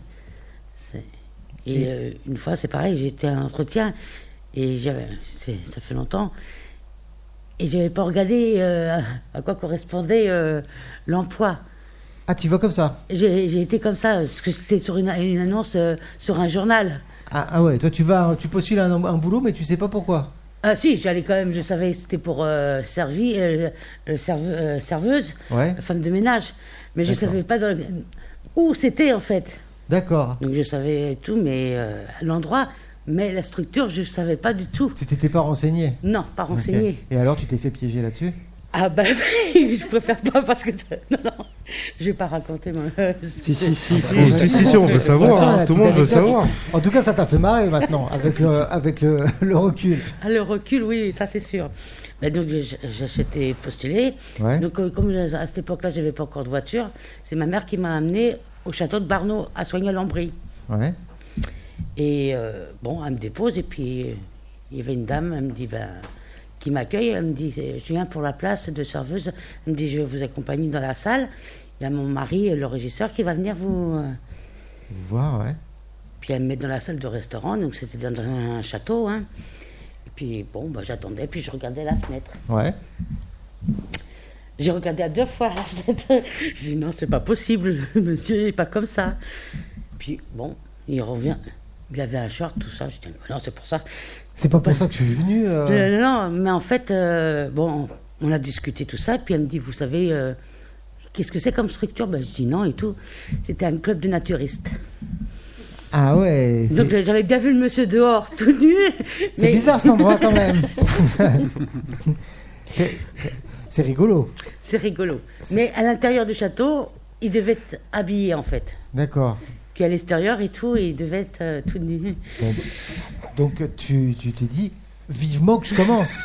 Une fois c'est pareil, j'ai été à un entretien et ça fait longtemps. Et je n'avais pas regardé à quoi correspondait l'emploi. Ah, tu vas comme ça? J'ai été comme ça, parce que c'était sur une annonce sur un journal. Ah ouais, toi tu postules un boulot, mais tu sais pas pourquoi. Ah si, j'allais quand même, je savais que c'était pour serveuse, Ouais. femme de ménage. Mais je ne D'accord. savais pas où c'était en fait. D'accord. Donc je savais tout, mais l'endroit, mais la structure, je ne savais pas du tout. Tu t'étais pas renseigné? Non, pas renseigné. Ok. Et alors tu t'es fait piéger là-dessus? Ah bah oui, je préfère pas parce que... Non, je vais pas raconter mon... Si, on veut savoir. Attends, Hein, tout le monde veut savoir. En tout cas, ça t'a fait marrer maintenant, avec le recul. Ah, le recul, oui, ça c'est sûr. Mais donc j'étais postulé. Ouais. Donc comme à cette époque-là, je n'avais pas encore de voiture, c'est ma mère qui m'a amené au château de Barneau, à Soignes-Lambry. Ouais. Et bon, elle me dépose et puis il y avait une dame, elle me dit, qui m'accueille, elle me dit, je viens pour la place de serveuse, elle me dit, je vais vous accompagner dans la salle. Il y a mon mari, le régisseur, qui va venir vous... Voir, ouais. Puis elle me met dans la salle de restaurant, donc c'était dans un château. Hein. Et puis bon, j'attendais, puis je regardais la fenêtre. Ouais. J'ai regardé à 2 fois la fenêtre. J'ai dit non, c'est pas possible, monsieur n'est pas comme ça. Puis bon, il revient. Il avait un short, tout ça. Je dis non, c'est pour ça. C'est pas pour ça que je suis venu. Non, mais en fait, bon, on a discuté tout ça. Puis elle me dit, vous savez, qu'est-ce que c'est comme structure? Je dis non et tout. C'était un club de naturistes. Ah ouais. Donc j'avais bien vu le monsieur dehors, tout nu. C'est bizarre cet endroit quand même. C'est rigolo. C'est rigolo. Mais à l'intérieur du château, il devait être habillé en fait. D'accord. Puis à l'extérieur et tout, il devait être tout nu. Bon. Donc tu te dis vivement que je commence.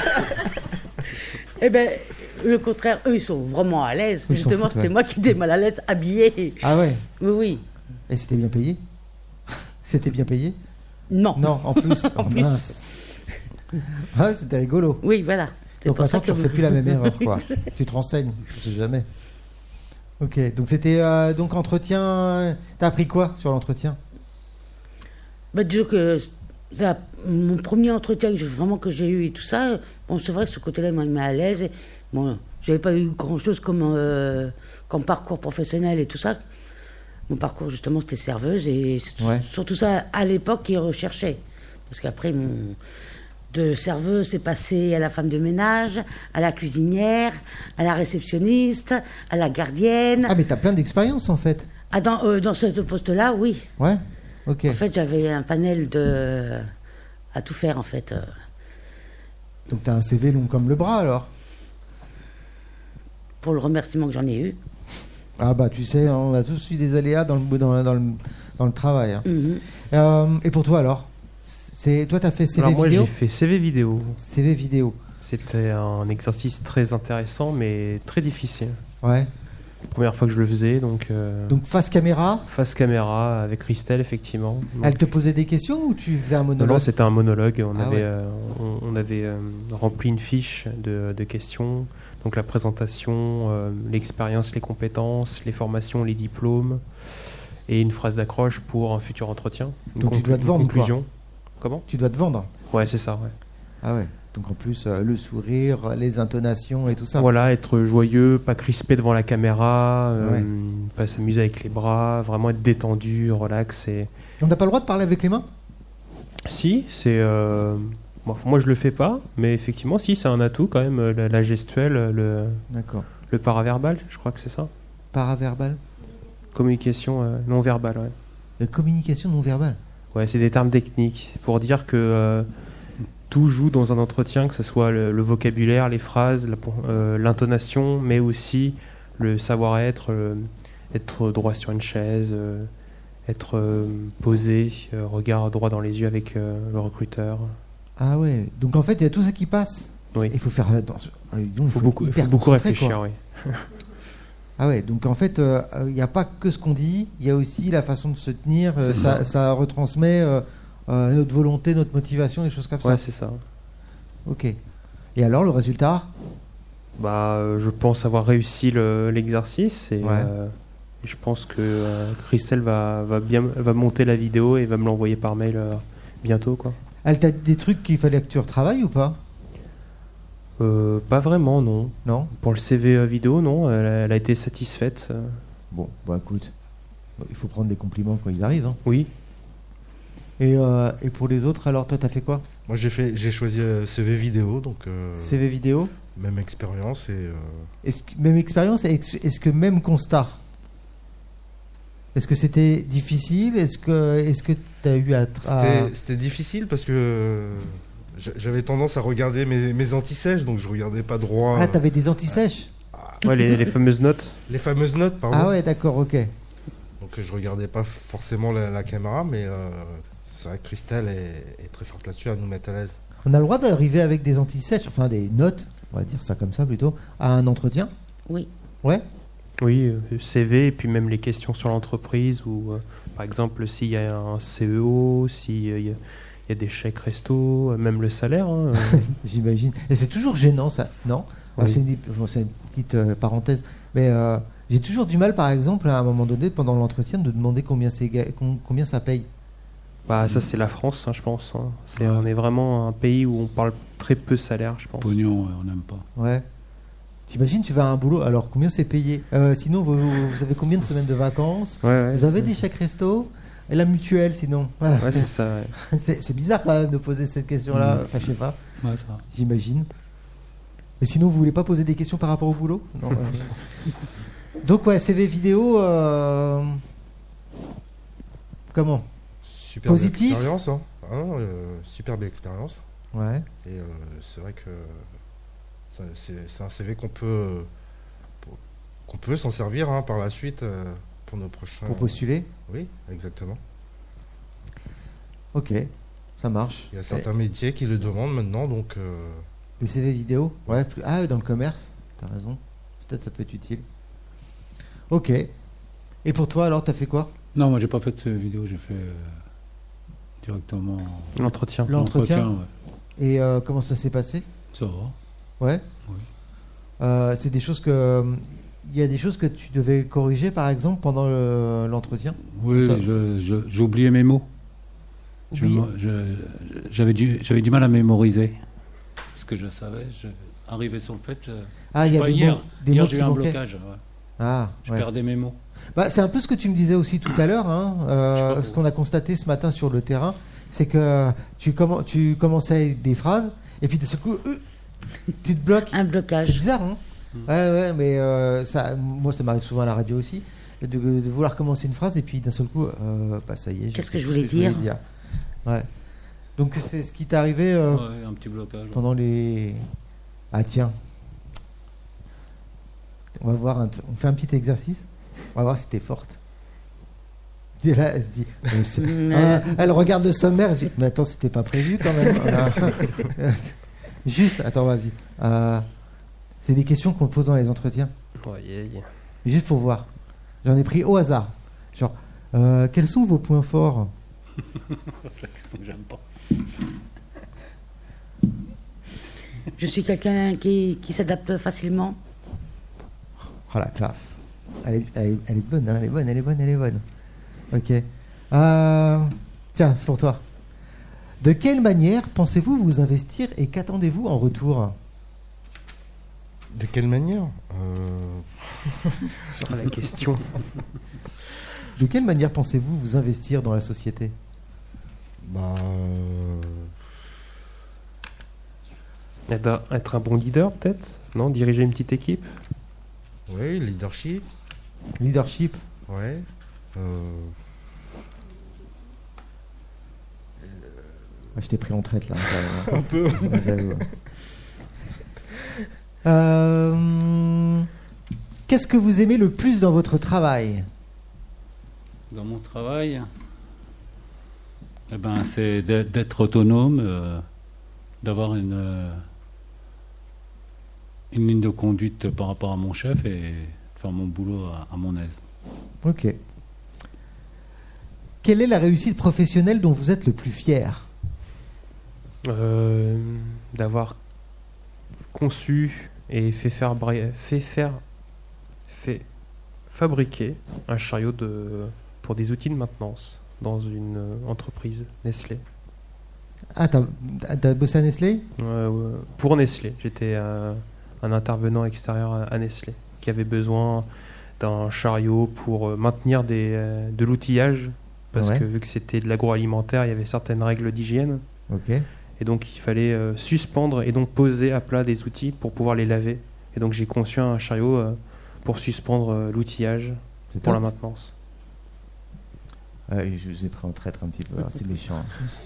Eh ben, le contraire, eux ils sont vraiment à l'aise. Ils s'en Justement, foutent, c'était ouais. moi qui étais mal à l'aise, habillé. Ah ouais. Oui, oui. Et c'était bien payé? C'était bien payé? Non. Non, en plus. En plus. Mince. Ouais, c'était rigolo. Oui, voilà. C'est Donc pour ça maintenant, tu ne que refais plus la même erreur, quoi. Tu te renseignes, je sais jamais. Ok, donc c'était donc entretien. T'as appris quoi sur l'entretien? Disons que mon premier entretien que j'ai eu et tout ça, bon, c'est vrai que ce côté-là, il m'a mis à l'aise. Et, bon, j'avais pas eu grand-chose comme parcours professionnel et tout ça. Mon parcours, justement, c'était serveuse et Ouais. surtout ça, à l'époque, ils recherchaient. Parce qu'après, de serveuse, c'est passé à la femme de ménage, à la cuisinière, à la réceptionniste, à la gardienne. Ah, mais t'as plein d'expérience en fait. Ah, dans ce poste-là, oui. Ouais, ok. En fait, j'avais un panel à tout faire, en fait. Donc t'as un CV long comme le bras alors. Pour le remerciement que j'en ai eu. Ah bah tu sais, on a tous eu des aléas dans le travail. Hein. Et pour toi alors toi t'as fait CV Alors moi vidéo. j'ai fait CV vidéo. CV vidéo. C'était un exercice très intéressant mais très difficile. Ouais. Première fois que je le faisais, donc face caméra. Face caméra avec Christelle effectivement. Donc, elle te posait des questions ou tu faisais un monologue? Non, c'était un monologue. Ah On avait rempli une fiche de questions. Donc la présentation, l'expérience, les compétences, les formations, les diplômes et une phrase d'accroche pour un futur entretien. Donc tu dois te vendre, conclusion. quoi. Comment? Tu dois te vendre. Ouais, c'est ça. Ouais. Ah ouais. Donc en plus le sourire, les intonations et tout ça. Voilà, être joyeux, pas crispé devant la caméra, Ouais. pas s'amuser avec les bras, vraiment être détendu, relax. Et... On n'a pas le droit de parler avec les mains? Si, c'est... moi je le fais pas, mais effectivement, si, c'est un atout quand même, la gestuelle, D'accord. le paraverbal, je crois que c'est ça. Paraverbal. Communication non verbale, ouais. La communication non verbale. Ouais, c'est des termes techniques pour dire que tout joue dans un entretien, que ce soit le vocabulaire, les phrases, l'intonation, mais aussi le savoir-être, être droit sur une chaise, être posé, regard droit dans les yeux avec le recruteur. Ah ouais. Donc en fait il y a tout ça qui passe. Oui. Il faut faire attention. Il faut beaucoup réfléchir, oui. Ah ouais, donc en fait, il n'y a pas que ce qu'on dit, il y a aussi la façon de se tenir, ça retransmet notre volonté, notre motivation, des choses comme ça. Ouais, c'est ça. Ok. Et alors, le résultat? Je pense avoir réussi l'exercice et Ouais. je pense que Christelle va monter la vidéo et va me l'envoyer par mail bientôt, quoi. Elle t'a dit des trucs qu'il fallait que tu retravailles ou pas? Pas vraiment, non. Non. Pour le CV vidéo, non. Elle a été satisfaite. Bon, bah écoute, il faut prendre des compliments quand ils arrivent. Hein. Oui. Et pour les autres, alors toi, t'as fait quoi? Moi, j'ai choisi CV vidéo, donc CV vidéo. même expérience et Même expérience, est-ce que même constat? Est-ce que c'était difficile? Est-ce que tu as eu à... C'était difficile parce que j'avais tendance à regarder mes anti-sèches, donc je regardais pas droit. Ah, t'avais des anti-sèches? Ouais, les fameuses notes. Les fameuses notes, pardon. Ah ouais, d'accord, ok. Donc je regardais pas forcément la caméra, mais c'est vrai que Christelle est très forte là-dessus à nous mettre à l'aise. On a le droit d'arriver avec des anti-sèches, enfin des notes, on va dire ça comme ça plutôt, à un entretien? Oui. Ouais. Oui, CV et puis même les questions sur l'entreprise ou par exemple s'il y a un CEO, s'il y a des chèques resto, même le salaire. Hein, J'imagine. Et c'est toujours gênant ça, non? Oui. C'est une petite parenthèse, mais j'ai toujours du mal, par exemple, à un moment donné, pendant l'entretien, de demander combien ça paye. Bah ça c'est la France, hein, je pense. Hein. On est vraiment un pays où on parle très peu salaire, je pense. Pognon, on n'aime pas. Ouais. T'imagines, tu vas à un boulot, alors combien c'est payé? Sinon, vous avez combien de semaines de vacances? Ouais, Vous avez des chèques resto? Et la mutuelle, sinon? Ouais, c'est ça. Ouais. C'est bizarre quand même de poser cette question-là. Enfin, je sais pas. Ouais, ça. J'imagine. Mais sinon, vous voulez pas poser des questions par rapport au boulot? Non. Donc ouais, CV vidéo. Comment? Super Positif. belle expérience, hein. Ah non, super belle expérience. Ouais. Et c'est vrai que c'est un CV qu'on peut s'en servir hein, par la suite pour nos prochains. Pour postuler? Oui, exactement. Ok, ça marche. Il y a certains métiers qui le demandent maintenant, donc. Les CV vidéo? Ouais. Ah, dans le commerce. T'as raison. Peut-être ça peut être utile. Ok. Et pour toi, alors, t'as fait quoi? Non, moi j'ai pas fait de vidéo, j'ai fait directement L'entretien. L'entretien. ouais. Et comment ça s'est passé? Ça va. Ouais. Oui. C'est des choses que. Il y a des choses que tu devais corriger, par exemple, pendant l'entretien? Oui, j'ai oublié mes mots. Oublié. J'avais du mal à mémoriser ce que je savais. Arrivé sur le fait. Ah, il y a des mots, hier mots j'ai qui eu un manquaient. blocage. Ouais. Ah, Je ouais. perdais mes mots. Bah, c'est un peu ce que tu me disais aussi tout à l'heure, hein, ce qu'on a constaté ce matin sur le terrain. c'est que tu commençais des phrases et puis d'un seul coup, tu te bloques. Un blocage. C'est bizarre, hein? Ouais, mais moi, ça m'arrive souvent à la radio aussi, de vouloir commencer une phrase et puis d'un seul coup, ça y est. Qu'est-ce que sais je plus voulais ce dire. Ouais. Donc c'est ce qui t'est arrivé Ouais, un petit blocage. pendant les. Ah tiens. On va voir, on fait un petit exercice. On va voir si t'es forte. Et là, elle se dit. Elle regarde le sommaire. Elle se dit, mais attends, c'était pas prévu quand même. Juste, attends, vas-y. C'est des questions qu'on pose dans les entretiens. Juste pour voir. J'en ai pris au hasard. Genre, quels sont vos points forts? C'est la question que j'aime pas. Je suis quelqu'un qui s'adapte facilement. Oh la classe. Elle est bonne, hein, elle est bonne. Ok. Tiens, c'est pour toi. De quelle manière pensez-vous vous investir et qu'attendez-vous en retour? De quelle manière Sur la question. De quelle manière pensez-vous vous investir dans la société? Eh ben, être un bon leader, peut-être? Non, diriger une petite équipe? Oui, leadership. Leadership. Ouais. Je t'ai pris en traite là. Un peu. Qu'est-ce que vous aimez le plus dans votre travail? Dans mon travail, c'est d'être autonome, d'avoir une ligne de conduite par rapport à mon chef et faire mon boulot à mon aise. Ok. Quelle est la réussite professionnelle dont vous êtes le plus fier? D'avoir conçu et fait fabriquer un chariot pour des outils de maintenance dans une entreprise Nestlé. Ah, t'as bossé à Nestlé? Pour Nestlé. J'étais un intervenant extérieur à Nestlé qui avait besoin d'un chariot pour maintenir de l'outillage parce que vu que c'était de l'agroalimentaire, il y avait certaines règles d'hygiène. Ok. Et donc il fallait suspendre et donc poser à plat des outils pour pouvoir les laver. Et donc j'ai conçu un chariot pour suspendre l'outillage pour la maintenance. Je vous ai pris en traître un petit peu, c'est méchant.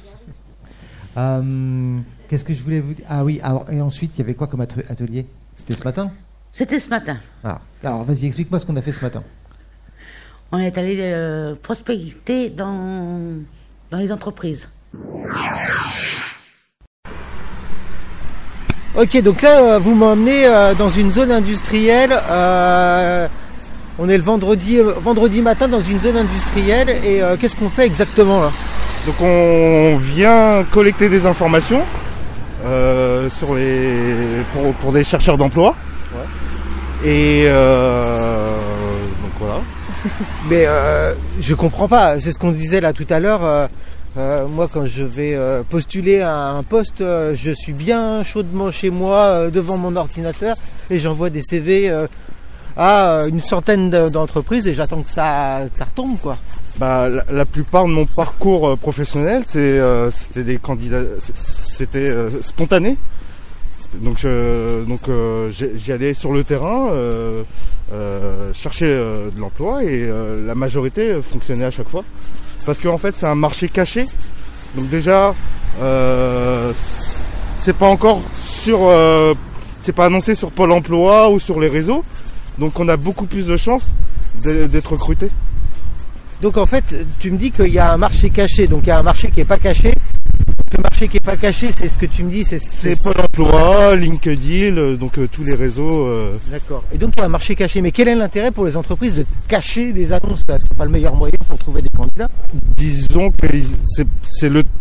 Qu'est-ce que je voulais vous dire? Ah oui, et ensuite il y avait quoi comme atelier? C'était ce matin? C'était ce matin. Alors vas-y, explique-moi ce qu'on a fait ce matin. On est allé prospecter dans les entreprises. Ok, donc là, vous m'emmenez dans une zone industrielle. On est le vendredi matin dans une zone industrielle. Et qu'est-ce qu'on fait exactement là? Donc on vient collecter des informations pour des chercheurs d'emploi. Ouais. Et donc voilà. Mais je comprends pas. C'est ce qu'on disait là tout à l'heure. Moi, quand je vais postuler à un poste, je suis bien chaudement chez moi devant mon ordinateur et j'envoie des CV à une centaine d'entreprises et j'attends que ça retombe, quoi. La plupart de mon parcours professionnel, c'était des candidats, c'était spontané. Donc j'y allais sur le terrain chercher de l'emploi et la majorité fonctionnait à chaque fois. Parce qu'en fait c'est un marché caché, donc déjà c'est pas encore c'est pas annoncé sur Pôle Emploi ou sur les réseaux, donc on a beaucoup plus de chances d'être recruté. Donc en fait tu me dis qu'il y a un marché caché, donc il y a un marché qui est pas caché. Le marché qui est pas caché, c'est ce que tu me dis, c'est Pôle Emploi, LinkedIn, donc tous les réseaux. D'accord. Et donc il y a un marché caché. Mais quel est l'intérêt pour les entreprises de cacher les annonces là? C'est pas le meilleur moyen pour trouver des candidats? Disons que c'est le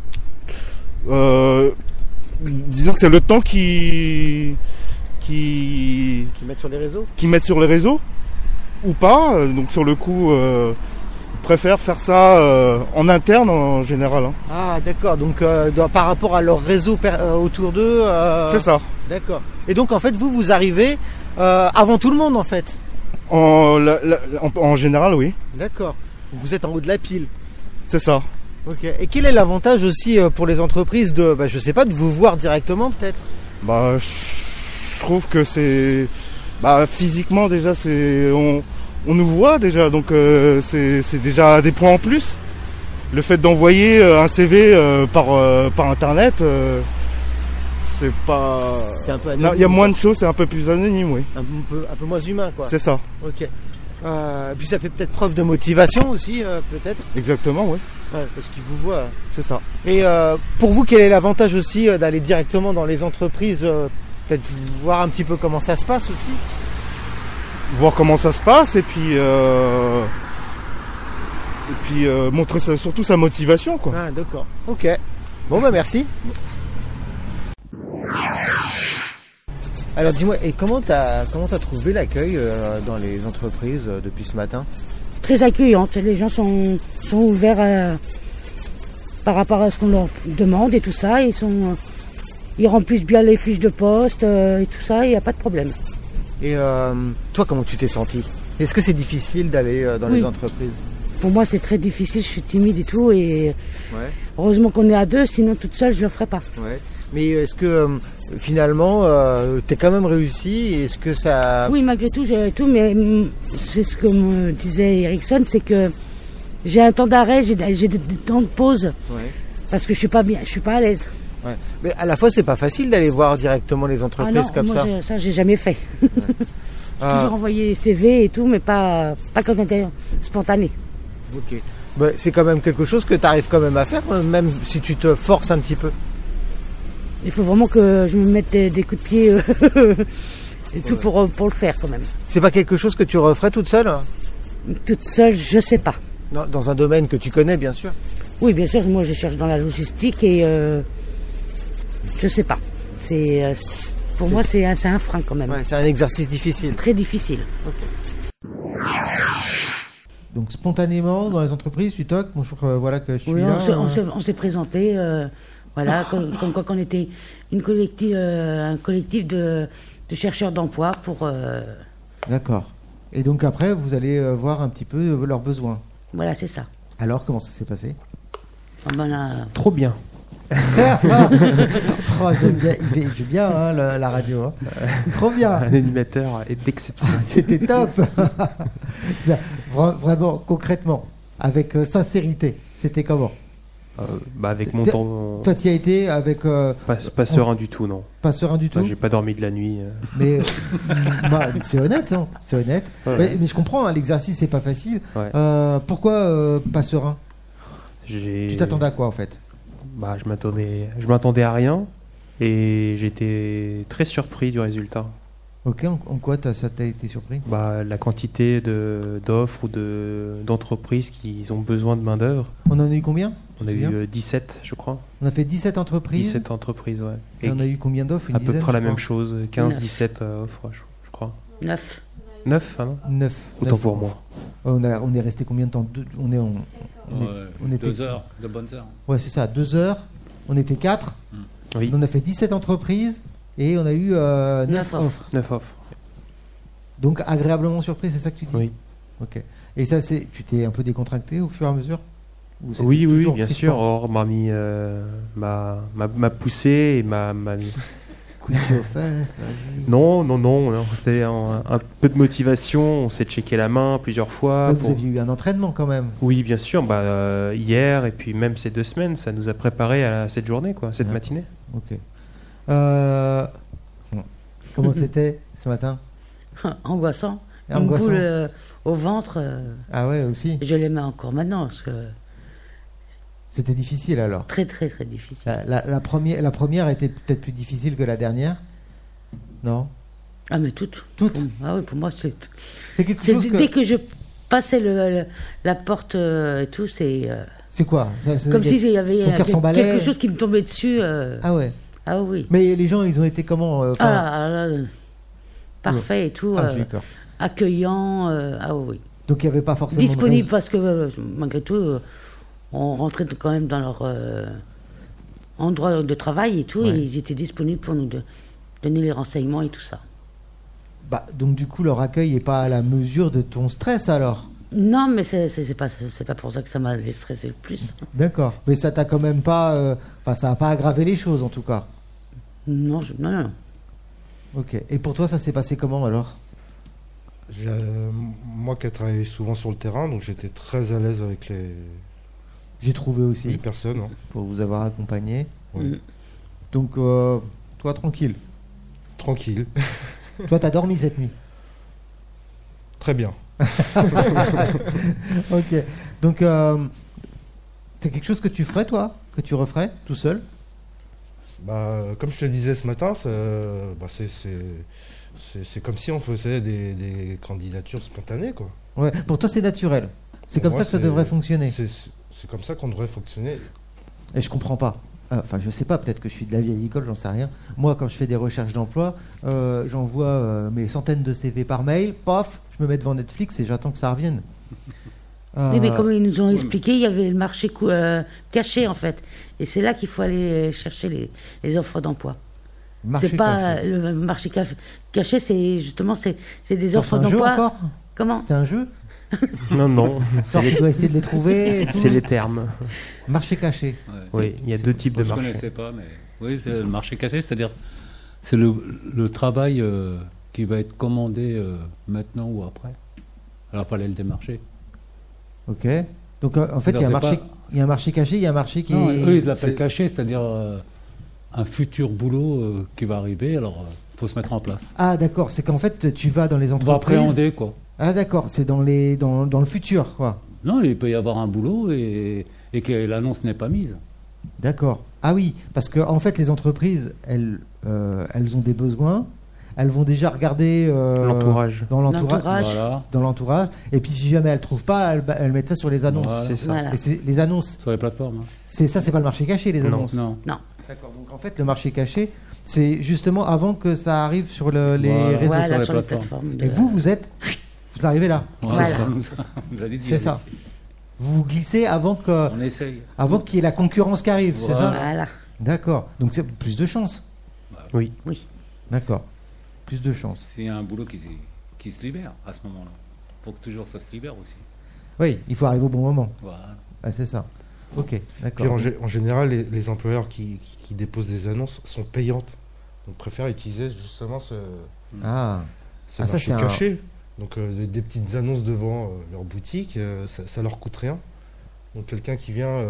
temps qui mettent sur les réseaux. Qui mettent sur les réseaux ou pas. Donc sur le coup. Préfèrent faire ça en interne en général. Hein. Ah d'accord, donc par rapport à leur réseau autour d'eux. C'est ça. D'accord. Et donc en fait vous arrivez avant tout le monde en fait. En général oui. D'accord. Vous êtes en haut de la pile. C'est ça. Ok. Et quel est l'avantage aussi pour les entreprises de, je sais pas, de vous voir directement peut-être? Bah, je trouve que c'est, physiquement déjà, on nous voit déjà, donc c'est déjà des points en plus. Le fait d'envoyer un CV par internet, c'est pas. C'est un peu Non, il y a moins de choses, c'est un peu plus anonyme, oui. un peu moins humain, quoi. C'est ça, Ok. Puis ça fait peut-être preuve de motivation aussi, peut-être. exactement, oui. Ouais, parce qu'ils vous voient. C'est ça. Et pour vous, quel est l'avantage aussi d'aller directement dans les entreprises, peut-être voir un petit peu comment ça se passe aussi? Voir comment ça se passe et puis montrer surtout sa motivation, quoi. Ah, d'accord. Ok. Bon, merci. Alors dis-moi, et comment t'as trouvé l'accueil dans les entreprises depuis ce matin? Très accueillante. Les gens sont ouverts par rapport à ce qu'on leur demande et tout ça. Ils remplissent bien les fiches de poste et tout ça, il n'y a pas de problème. Et toi, comment tu t'es senti? Est-ce que c'est difficile d'aller dans les Oui. entreprises? Pour moi, c'est très difficile, je suis timide et tout. Et Ouais, heureusement qu'on est à deux, sinon toute seule, je ne le ferais pas. ouais. Mais est-ce que finalement, t'es quand même réussi? Est-ce que ça... Oui, malgré tout, mais c'est ce que me disait Erickson, c'est que j'ai un temps d'arrêt, j'ai des temps de pause, Ouais. parce que je suis pas bien, je suis pas à l'aise. Ouais. Mais à la fois, c'est pas facile d'aller voir directement les entreprises comme moi, ça. ça j'ai jamais fait. J'ai Ah, toujours envoyé CV et tout, mais pas quand on était spontané. ok. C'est quand même quelque chose que tu arrives quand même à faire, même si tu te forces un petit peu. Il faut vraiment que je me mette des coups de pied et tout pour le faire quand même. C'est pas quelque chose que tu referais toute seule, hein? Toute seule, je sais pas. Dans un domaine que tu connais, bien sûr. Oui, bien sûr, moi je cherche dans la logistique et je sais pas. Pour moi, c'est un frein quand même. Ouais, c'est un exercice difficile. Très difficile. Donc spontanément, dans les entreprises, tu toques, bonjour, voilà que je suis Oui, là. on s'est présenté, voilà, comme quoi qu'on était un collectif de chercheurs d'emploi pour... D'accord. Et donc après, vous allez voir un petit peu leurs besoins. voilà, c'est ça. Alors, comment ça s'est passé? Ah ben là, Trop bien. Oh, j'aime bien, il fait bien hein, la radio. Hein. Trop bien. Un animateur est d'exception. C'était top. Vraiment, concrètement, avec sincérité, c'était comment? Avec mon temps. Toi, tu y as été avec Pas serein du tout, non. pas serein du tout. J'ai pas dormi de la nuit. Mais c'est honnête, hein, c'est honnête. Ouais. Mais je comprends, hein, l'exercice c'est pas facile. Ouais. Pourquoi pas serein? J'ai- Tu t'attendais à quoi en fait? je m'attendais à rien et j'étais très surpris du résultat. Ok, en quoi ça t'a été surpris? La quantité d'offres ou d'entreprises qui ont besoin de main-d'œuvre. On en a eu combien? On Tu a te souviens eu 17, je crois. On a fait 17 entreprises. 17 entreprises, ouais. Et on a eu combien d'offres? Une à peu dizaine, près la je même crois. chose, 15-17 offres, je crois. 9. 9, hein, non 9. Autant pour moi. On est resté combien de temps? On était... 2 heures, de bonnes heures. Ouais, c'est ça, 2 heures. On était 4. Oui, On a fait 17 entreprises et on a eu 9 Neuf offres. 9 offres. Donc agréablement surpris, c'est ça que tu dis? Oui. Ok. Et ça, tu t'es un peu décontracté au fur et à mesure? Ou c'était Oui, toujours bien crispant? sûr. Or, m'a poussé et m'a mis... Coup de pied aux fesses, vas-y. Non, c'est un peu de motivation. On s'est checké la main plusieurs fois. Ouais, vous aviez eu un entraînement quand même. Oui, bien sûr. Hier et puis même ces 2 semaines, ça nous a préparé à cette journée, cette Ouais. matinée. Ok. Comment c'était ce matin? Angoissant. Une Angoissant. boule au ventre, Ah ouais, aussi. je l'aimais encore maintenant, parce que C'était difficile alors. très très très difficile. La première était peut-être plus difficile que la dernière? Non? Ah mais toutes. Toutes? Ah oui, pour moi c'est... C'est quelque chose que... Dès que je passais la porte et tout, c'est... C'est quoi? comme si il y avait ton cœur s'emballait. quelque chose qui me tombait dessus. Ah ouais. Ah oui. Mais les gens, ils ont été comment Parfait et tout. J'ai eu peur. Accueillant. Ah oui. Donc il n'y avait pas forcément Disponible de parce que malgré tout, on rentrait quand même dans leur endroit de travail et tout, Ouais. et ils étaient disponibles pour nous donner les renseignements et tout ça. donc du coup, leur accueil n'est pas à la mesure de ton stress alors? Non, mais c'est pas pour ça que ça m'a déstressé le plus. D'accord. Mais ça t'a quand même pas. Enfin, ça n'a pas aggravé les choses en tout cas. Non, non. Ok. Et pour toi, ça s'est passé comment alors? Moi qui ai travaillé souvent sur le terrain, donc j'étais très à l'aise avec J'ai trouvé les aussi personnes. Hein. pour vous avoir accompagné. Ouais. Donc, toi, tranquille. Tranquille, Toi, t'as dormi cette nuit. très bien. Ok. Donc, c'est quelque chose que tu ferais, toi? Que tu referais tout seul? Comme je te disais ce matin, c'est comme si on faisait des candidatures spontanées, quoi. Ouais. Pour toi, c'est naturel. C'est Pour comme moi, ça que ça devrait fonctionner. C'est comme ça qu'on devrait fonctionner. Et je comprends pas. Enfin, je sais pas, peut-être que je suis de la vieille école, j'en sais rien. Moi, quand je fais des recherches d'emploi, j'envoie mes centaines de CV par mail, paf, je me mets devant Netflix et j'attends que ça revienne. Oui, mais comme ils nous ont expliqué, il y avait le marché caché, en fait. Et c'est là qu'il faut aller chercher les offres d'emploi. Marché C'est pas caché. le marché caché, c'est justement c'est des Attends, offres c'est un jeu d'emploi. encore? Comment? C'est un jeu? Non, Alors, tu dois essayer de les trouver. et tout. c'est les termes. Marché caché. Ouais. Oui, il y a deux types de Je ne marchés. connaissais pas, mais oui, c'est le marché caché, c'est-à-dire c'est le travail qui va être commandé maintenant ou après. Alors il fallait le démarcher. Ok. Donc, en fait, il y a un C'est marché. pas- Il y a un marché caché, il y a un marché qui Non, est. eux, ils l'appellent c'est- caché, c'est-à-dire un futur boulot qui va arriver, alors il faut se mettre en place. Ah, d'accord. C'est qu'en fait, tu vas dans les On va entreprises. appréhender, quoi. Ah, d'accord. C'est dans le futur, quoi. Non, il peut y avoir un boulot et que l'annonce n'est pas mise. D'accord. Ah oui, parce que en fait, les entreprises, elles ont des besoins. Elles vont déjà regarder L'entourage. dans L'entourage. Voilà. dans l'entourage. Et puis si jamais elles trouvent pas, elles mettent ça sur les annonces. Voilà. C'est ça. Voilà. Et c'est les annonces. Sur les plateformes. Hein. C'est pas le marché caché, les Non. annonces. Non. D'accord. Donc en fait, le marché caché, c'est justement avant que ça arrive sur les Voilà. réseaux. Voilà, sur les sur les plateformes. plateformes. Et vous arrivez là. Voilà. Ça nous a dit d'y C'est aller. ça. Vous vous glissez avant On essaye. qu'il y ait la concurrence qui arrive, c'est ça? Voilà. D'accord. Donc c'est plus de chance. Oui. D'accord. Plus de chance. C'est un boulot qui se libère à ce moment-là. Il faut que toujours ça se libère aussi. Oui, il faut arriver au bon moment. Voilà. Ah, c'est ça. Ok, Puis d'accord. en général, les employeurs qui déposent des annonces sont payantes. Donc préfèrent utiliser justement ce Ah, Ah, ça, marché c'est un- caché. Donc des petites annonces devant leur boutique, ça leur coûte rien. Donc quelqu'un qui vient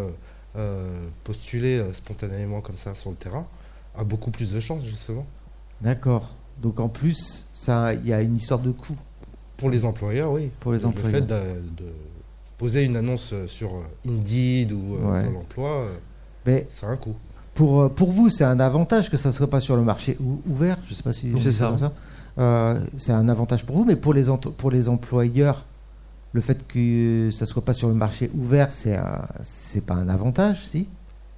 postuler spontanément comme ça sur le terrain a beaucoup plus de chances justement. d'accord. Donc en plus, ça, il y a une histoire de coût Pour les employeurs, oui. pour les Le employeurs. fait de poser une annonce sur Indeed ou Ouais. Pôle emploi, Mais ça a un coût. pour vous, c'est un avantage que ça ne soit pas sur le marché ouvert. Je ne sais pas si on C'est dit ça. comme ça. C'est un avantage pour vous, mais pour les employeurs, le fait que ça soit pas sur le marché ouvert, c'est pas un avantage, si?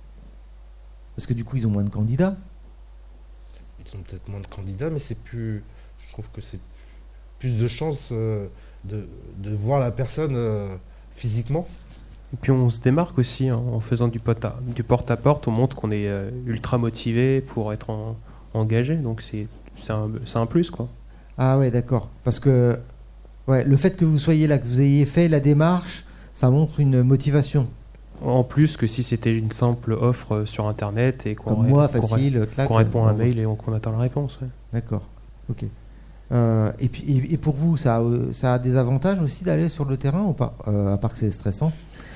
Parce que du coup, ils ont moins de candidats. Ils ont peut-être moins de candidats, mais c'est plus. Je trouve que c'est plus de chances de voir la personne physiquement. Et puis on se démarque aussi hein, en faisant du porte-à-porte. On montre qu'on est ultra motivé pour être engagé. Donc c'est un plus, quoi. Ah ouais, d'accord. Parce que ouais, le fait que vous soyez là, que vous ayez fait la démarche, ça montre une motivation. En plus que si c'était une simple offre sur Internet et Comme moi, facile, clac. qu'on répond à un bravo. mail et qu'on attend la réponse. Ouais. D'accord. Ok. Et puis et pour vous, ça a des avantages aussi d'aller sur le terrain ou pas? À part que c'est stressant.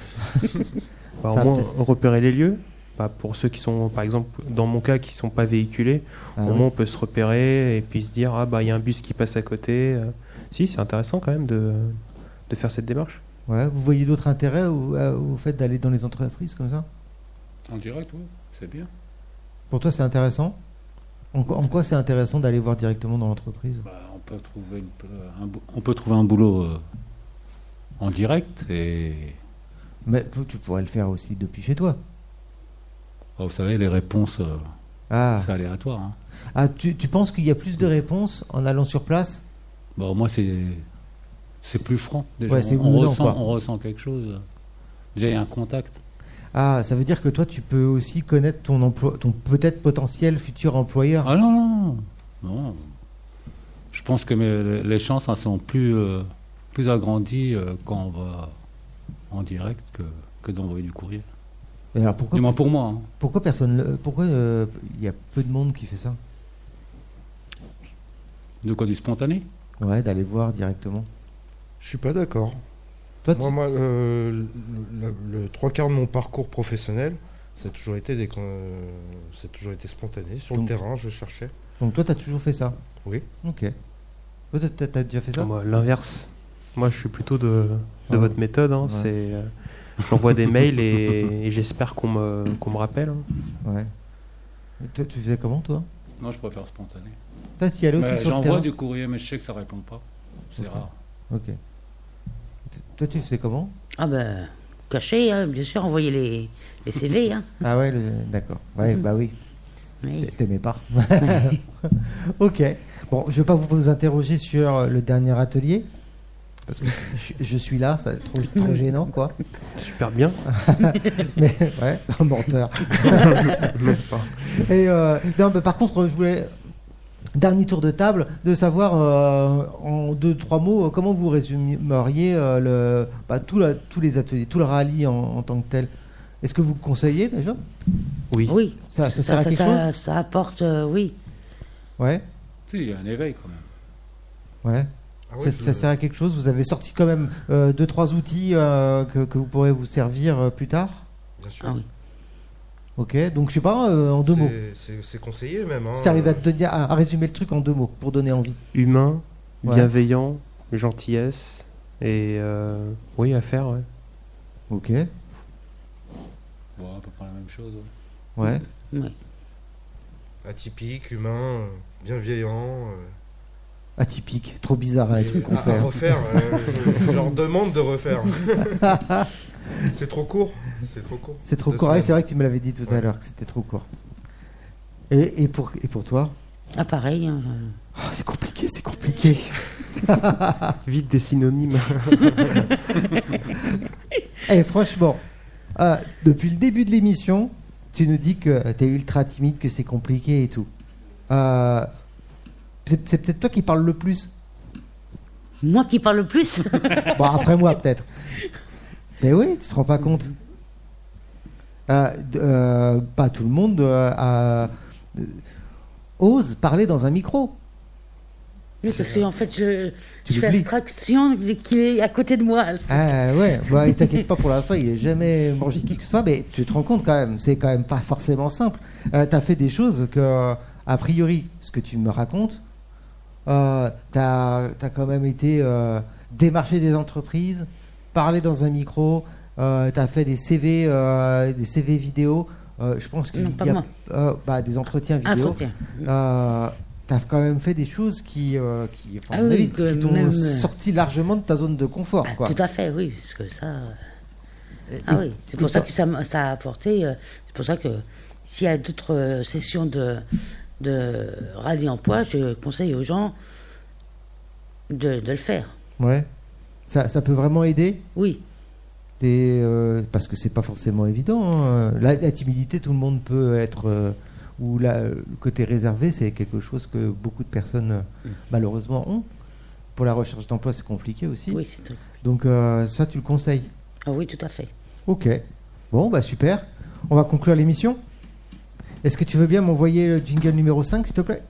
Bah, Ça au moins peut- repérer les lieux. Bah, pour ceux qui sont, par exemple, dans mon cas, qui sont pas véhiculés, Ah au oui. moins on peut se repérer et puis se dire ah bah il y a un bus qui passe à côté. Si, c'est intéressant quand même de faire cette démarche. Ouais. Vous voyez d'autres intérêts au fait d'aller dans les entreprises comme ça? En direct, oui, c'est bien. Pour toi, c'est intéressant? En quoi c'est intéressant d'aller voir directement dans l'entreprise? Bah, on peut trouver un boulot en direct et Mais tu pourrais le faire aussi depuis chez toi. vous savez, les réponses, Ah, c'est aléatoire. Hein. ah tu penses qu'il y a plus de réponses en allant sur place? Bon, moi, c'est plus franc. Déjà. Ouais, c'est on moulant, quoi. ressent quelque chose. Déjà, il y a un contact. Ah, ça veut dire que toi, tu peux aussi connaître ton peut-être potentiel futur employeur. Ah non. Je pense que les chances elles sont plus plus agrandi quand on va en direct que d'envoyer du courrier. Et alors pourquoi Du moins pour moi. Hein. Pourquoi il y a peu de monde qui fait ça? De quoi, du spontané? Ouais, d'aller voir directement. Je suis pas d'accord. Toi, Moi, le 3/4 de mon parcours professionnel, ça a toujours été spontané. Sur le Donc- terrain, je cherchais. donc toi, t'as toujours fait ça? Oui. Ok. Toi, t'as déjà fait ça? Moi, l'inverse. Moi, je suis plutôt de Ah. votre méthode. Hein. Ouais. C'est, j'envoie des mails et j'espère qu'on me rappelle. Hein. Ouais. Et toi, tu faisais comment, toi? Non, je préfère spontané. Toi, tu y allais aussi Mais sur le j'envoie terrain? du courrier, mais je sais que ça répond pas. C'est Ok. rare. Ok. Toi, tu faisais comment? Ah ben, caché, hein, bien sûr, envoyer les CV. Hein. Ah ouais, d'accord. Ouais, bah oui. Oui. T'aimais pas. Ok. Bon, je vais pas vous interroger sur le dernier atelier. Parce que je suis là, ça va être trop gênant, quoi. Super bien. Mais, ouais, un menteur. Même pas. Et non, mais par contre, je voulais, dernier tour de table, de savoir en 2-3 mots comment vous résumeriez tous les ateliers, tout le rallye en tant que tel. Est-ce que vous le conseillez déjà? Oui. Oui, Ça sert à quelque chose? ça apporte, oui. Ouais, Si, il y a un éveil quand même. ouais. Ah ouais, Ça sert à quelque chose? Vous avez sorti quand même 2-3 outils que vous pourrez vous servir plus tard? Bien sûr. Ah oui. Ok, donc je sais pas, en 2 mots. C'est conseillé même. Hein. Si tu arrives à résumer le truc en 2 mots pour donner envie. Humain, Ouais. bienveillant, gentillesse et oui, à faire. Ouais. Ok, Bon, à peu près la même chose. ouais. Oui. Atypique, humain, bienveillant. Atypique, trop bizarre les trucs qu'on à fait. hein. refaire, je leur demande de refaire. C'est trop court. C'est trop court. C'est trop 2 court. Ouais, semaines. c'est vrai que tu me l'avais dit tout à Ouais. l'heure que c'était trop court. Et pour toi? Ah pareil. Hein, Oh, c'est compliqué, c'est compliqué. Vite des synonymes. Eh, franchement, depuis le début de l'émission, tu nous dis que tu es ultra timide, que c'est compliqué et tout. C'est peut-être toi qui parles le plus. moi qui parle le plus. Bon, après moi, peut-être. Mais oui, tu te rends pas compte. Pas tout le monde ose parler dans un micro. Oui, parce qu'en fait, je fais l'oublies. abstraction qu'il est à côté de moi. Ah ouais, bah, et t'inquiète pas, pour l'instant, il est jamais mangé qui que ce soit, mais tu te rends compte quand même, c'est quand même pas forcément simple. T'as fait des choses que, a priori, ce que tu me racontes, t'as quand même été démarcher des entreprises, parler dans un micro, t'as fait des CV vidéo, je pense qu'il Non, pas y moi. a des entretiens vidéo. Entretien. T'as quand même fait des choses qui, à Ah mon oui, avis, que qui t'ont même, sorti largement de ta zone de confort. Ah, Quoi. tout à fait, oui, parce que ça. Et- Ah oui, c'est pour et ça toi- que ça a apporté. C'est pour ça que s'il y a d'autres sessions de rallye emploi, je conseille aux gens de le faire. Ouais. Ça peut vraiment aider. Oui, Parce que c'est pas forcément évident. Hein. La timidité, tout le monde peut être. Ou le côté réservé, c'est quelque chose que beaucoup de personnes, malheureusement, ont. Pour la recherche d'emploi, c'est compliqué aussi. oui, c'est très. Donc, ça, tu le conseilles. Ah oui, tout à fait. Ok. Bon, bah super. On va conclure l'émission. Est-ce que tu veux bien m'envoyer le jingle numéro 5, s'il te plaît?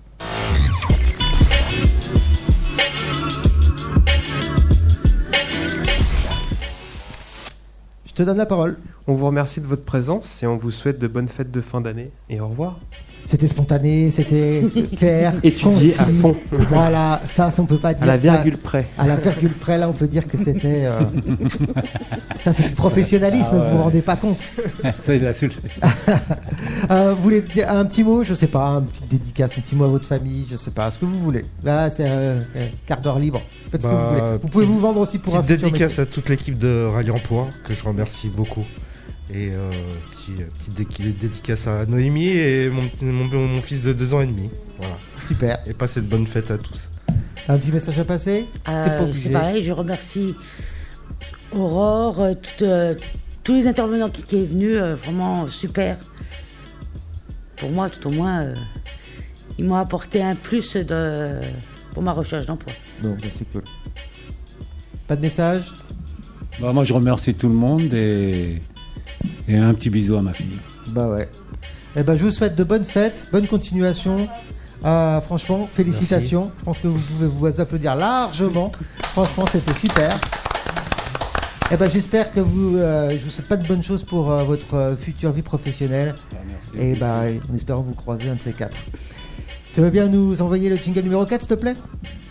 Je te donne la parole. On vous remercie de votre présence et on vous souhaite de bonnes fêtes de fin d'année et au revoir. C'était spontané, c'était clair, Étudié à concis. fond. Voilà, ça on peut pas dire. À la ça. virgule près. À la virgule près, là, on peut dire que c'était. Ça, c'est du professionnalisme, vous vous rendez pas compte. Ça, il a su. Vous voulez dire un petit mot, je sais pas, une petite dédicace, un petit mot à votre famille, je sais pas, ce que vous voulez. Là, c'est un quart d'heure libre. Faites ce que vous voulez. Vous pouvez vous vendre aussi pour un Petite futur dédicace métier. à toute l'équipe de Rallye Emploi, que je remercie beaucoup. Et petite dédicace à Noémie et mon fils de 2 ans et demi. Voilà. Super. Et passez de bonnes fêtes à tous. Un petit message à passer? T'es pas obligé. C'est pareil, je remercie Aurore, tous les intervenants qui est venu, vraiment super. Pour moi, tout au moins, ils m'ont apporté un plus pour ma recherche d'emploi. Bon, bah, c'est cool. Pas de message? Bah, moi, je remercie tout le monde et un petit bisou à ma fille. Bah ouais. Eh ben, je vous souhaite de bonnes fêtes, bonne continuation. Franchement, félicitations. Merci. Je pense que vous pouvez vous applaudir largement. Franchement, c'était super. Eh ben, j'espère que je vous souhaite pas de bonnes choses pour votre future vie professionnelle. Et en espérant vous croiser un de ces quatre. Tu veux bien nous envoyer le jingle numéro 4, s'il te plaît?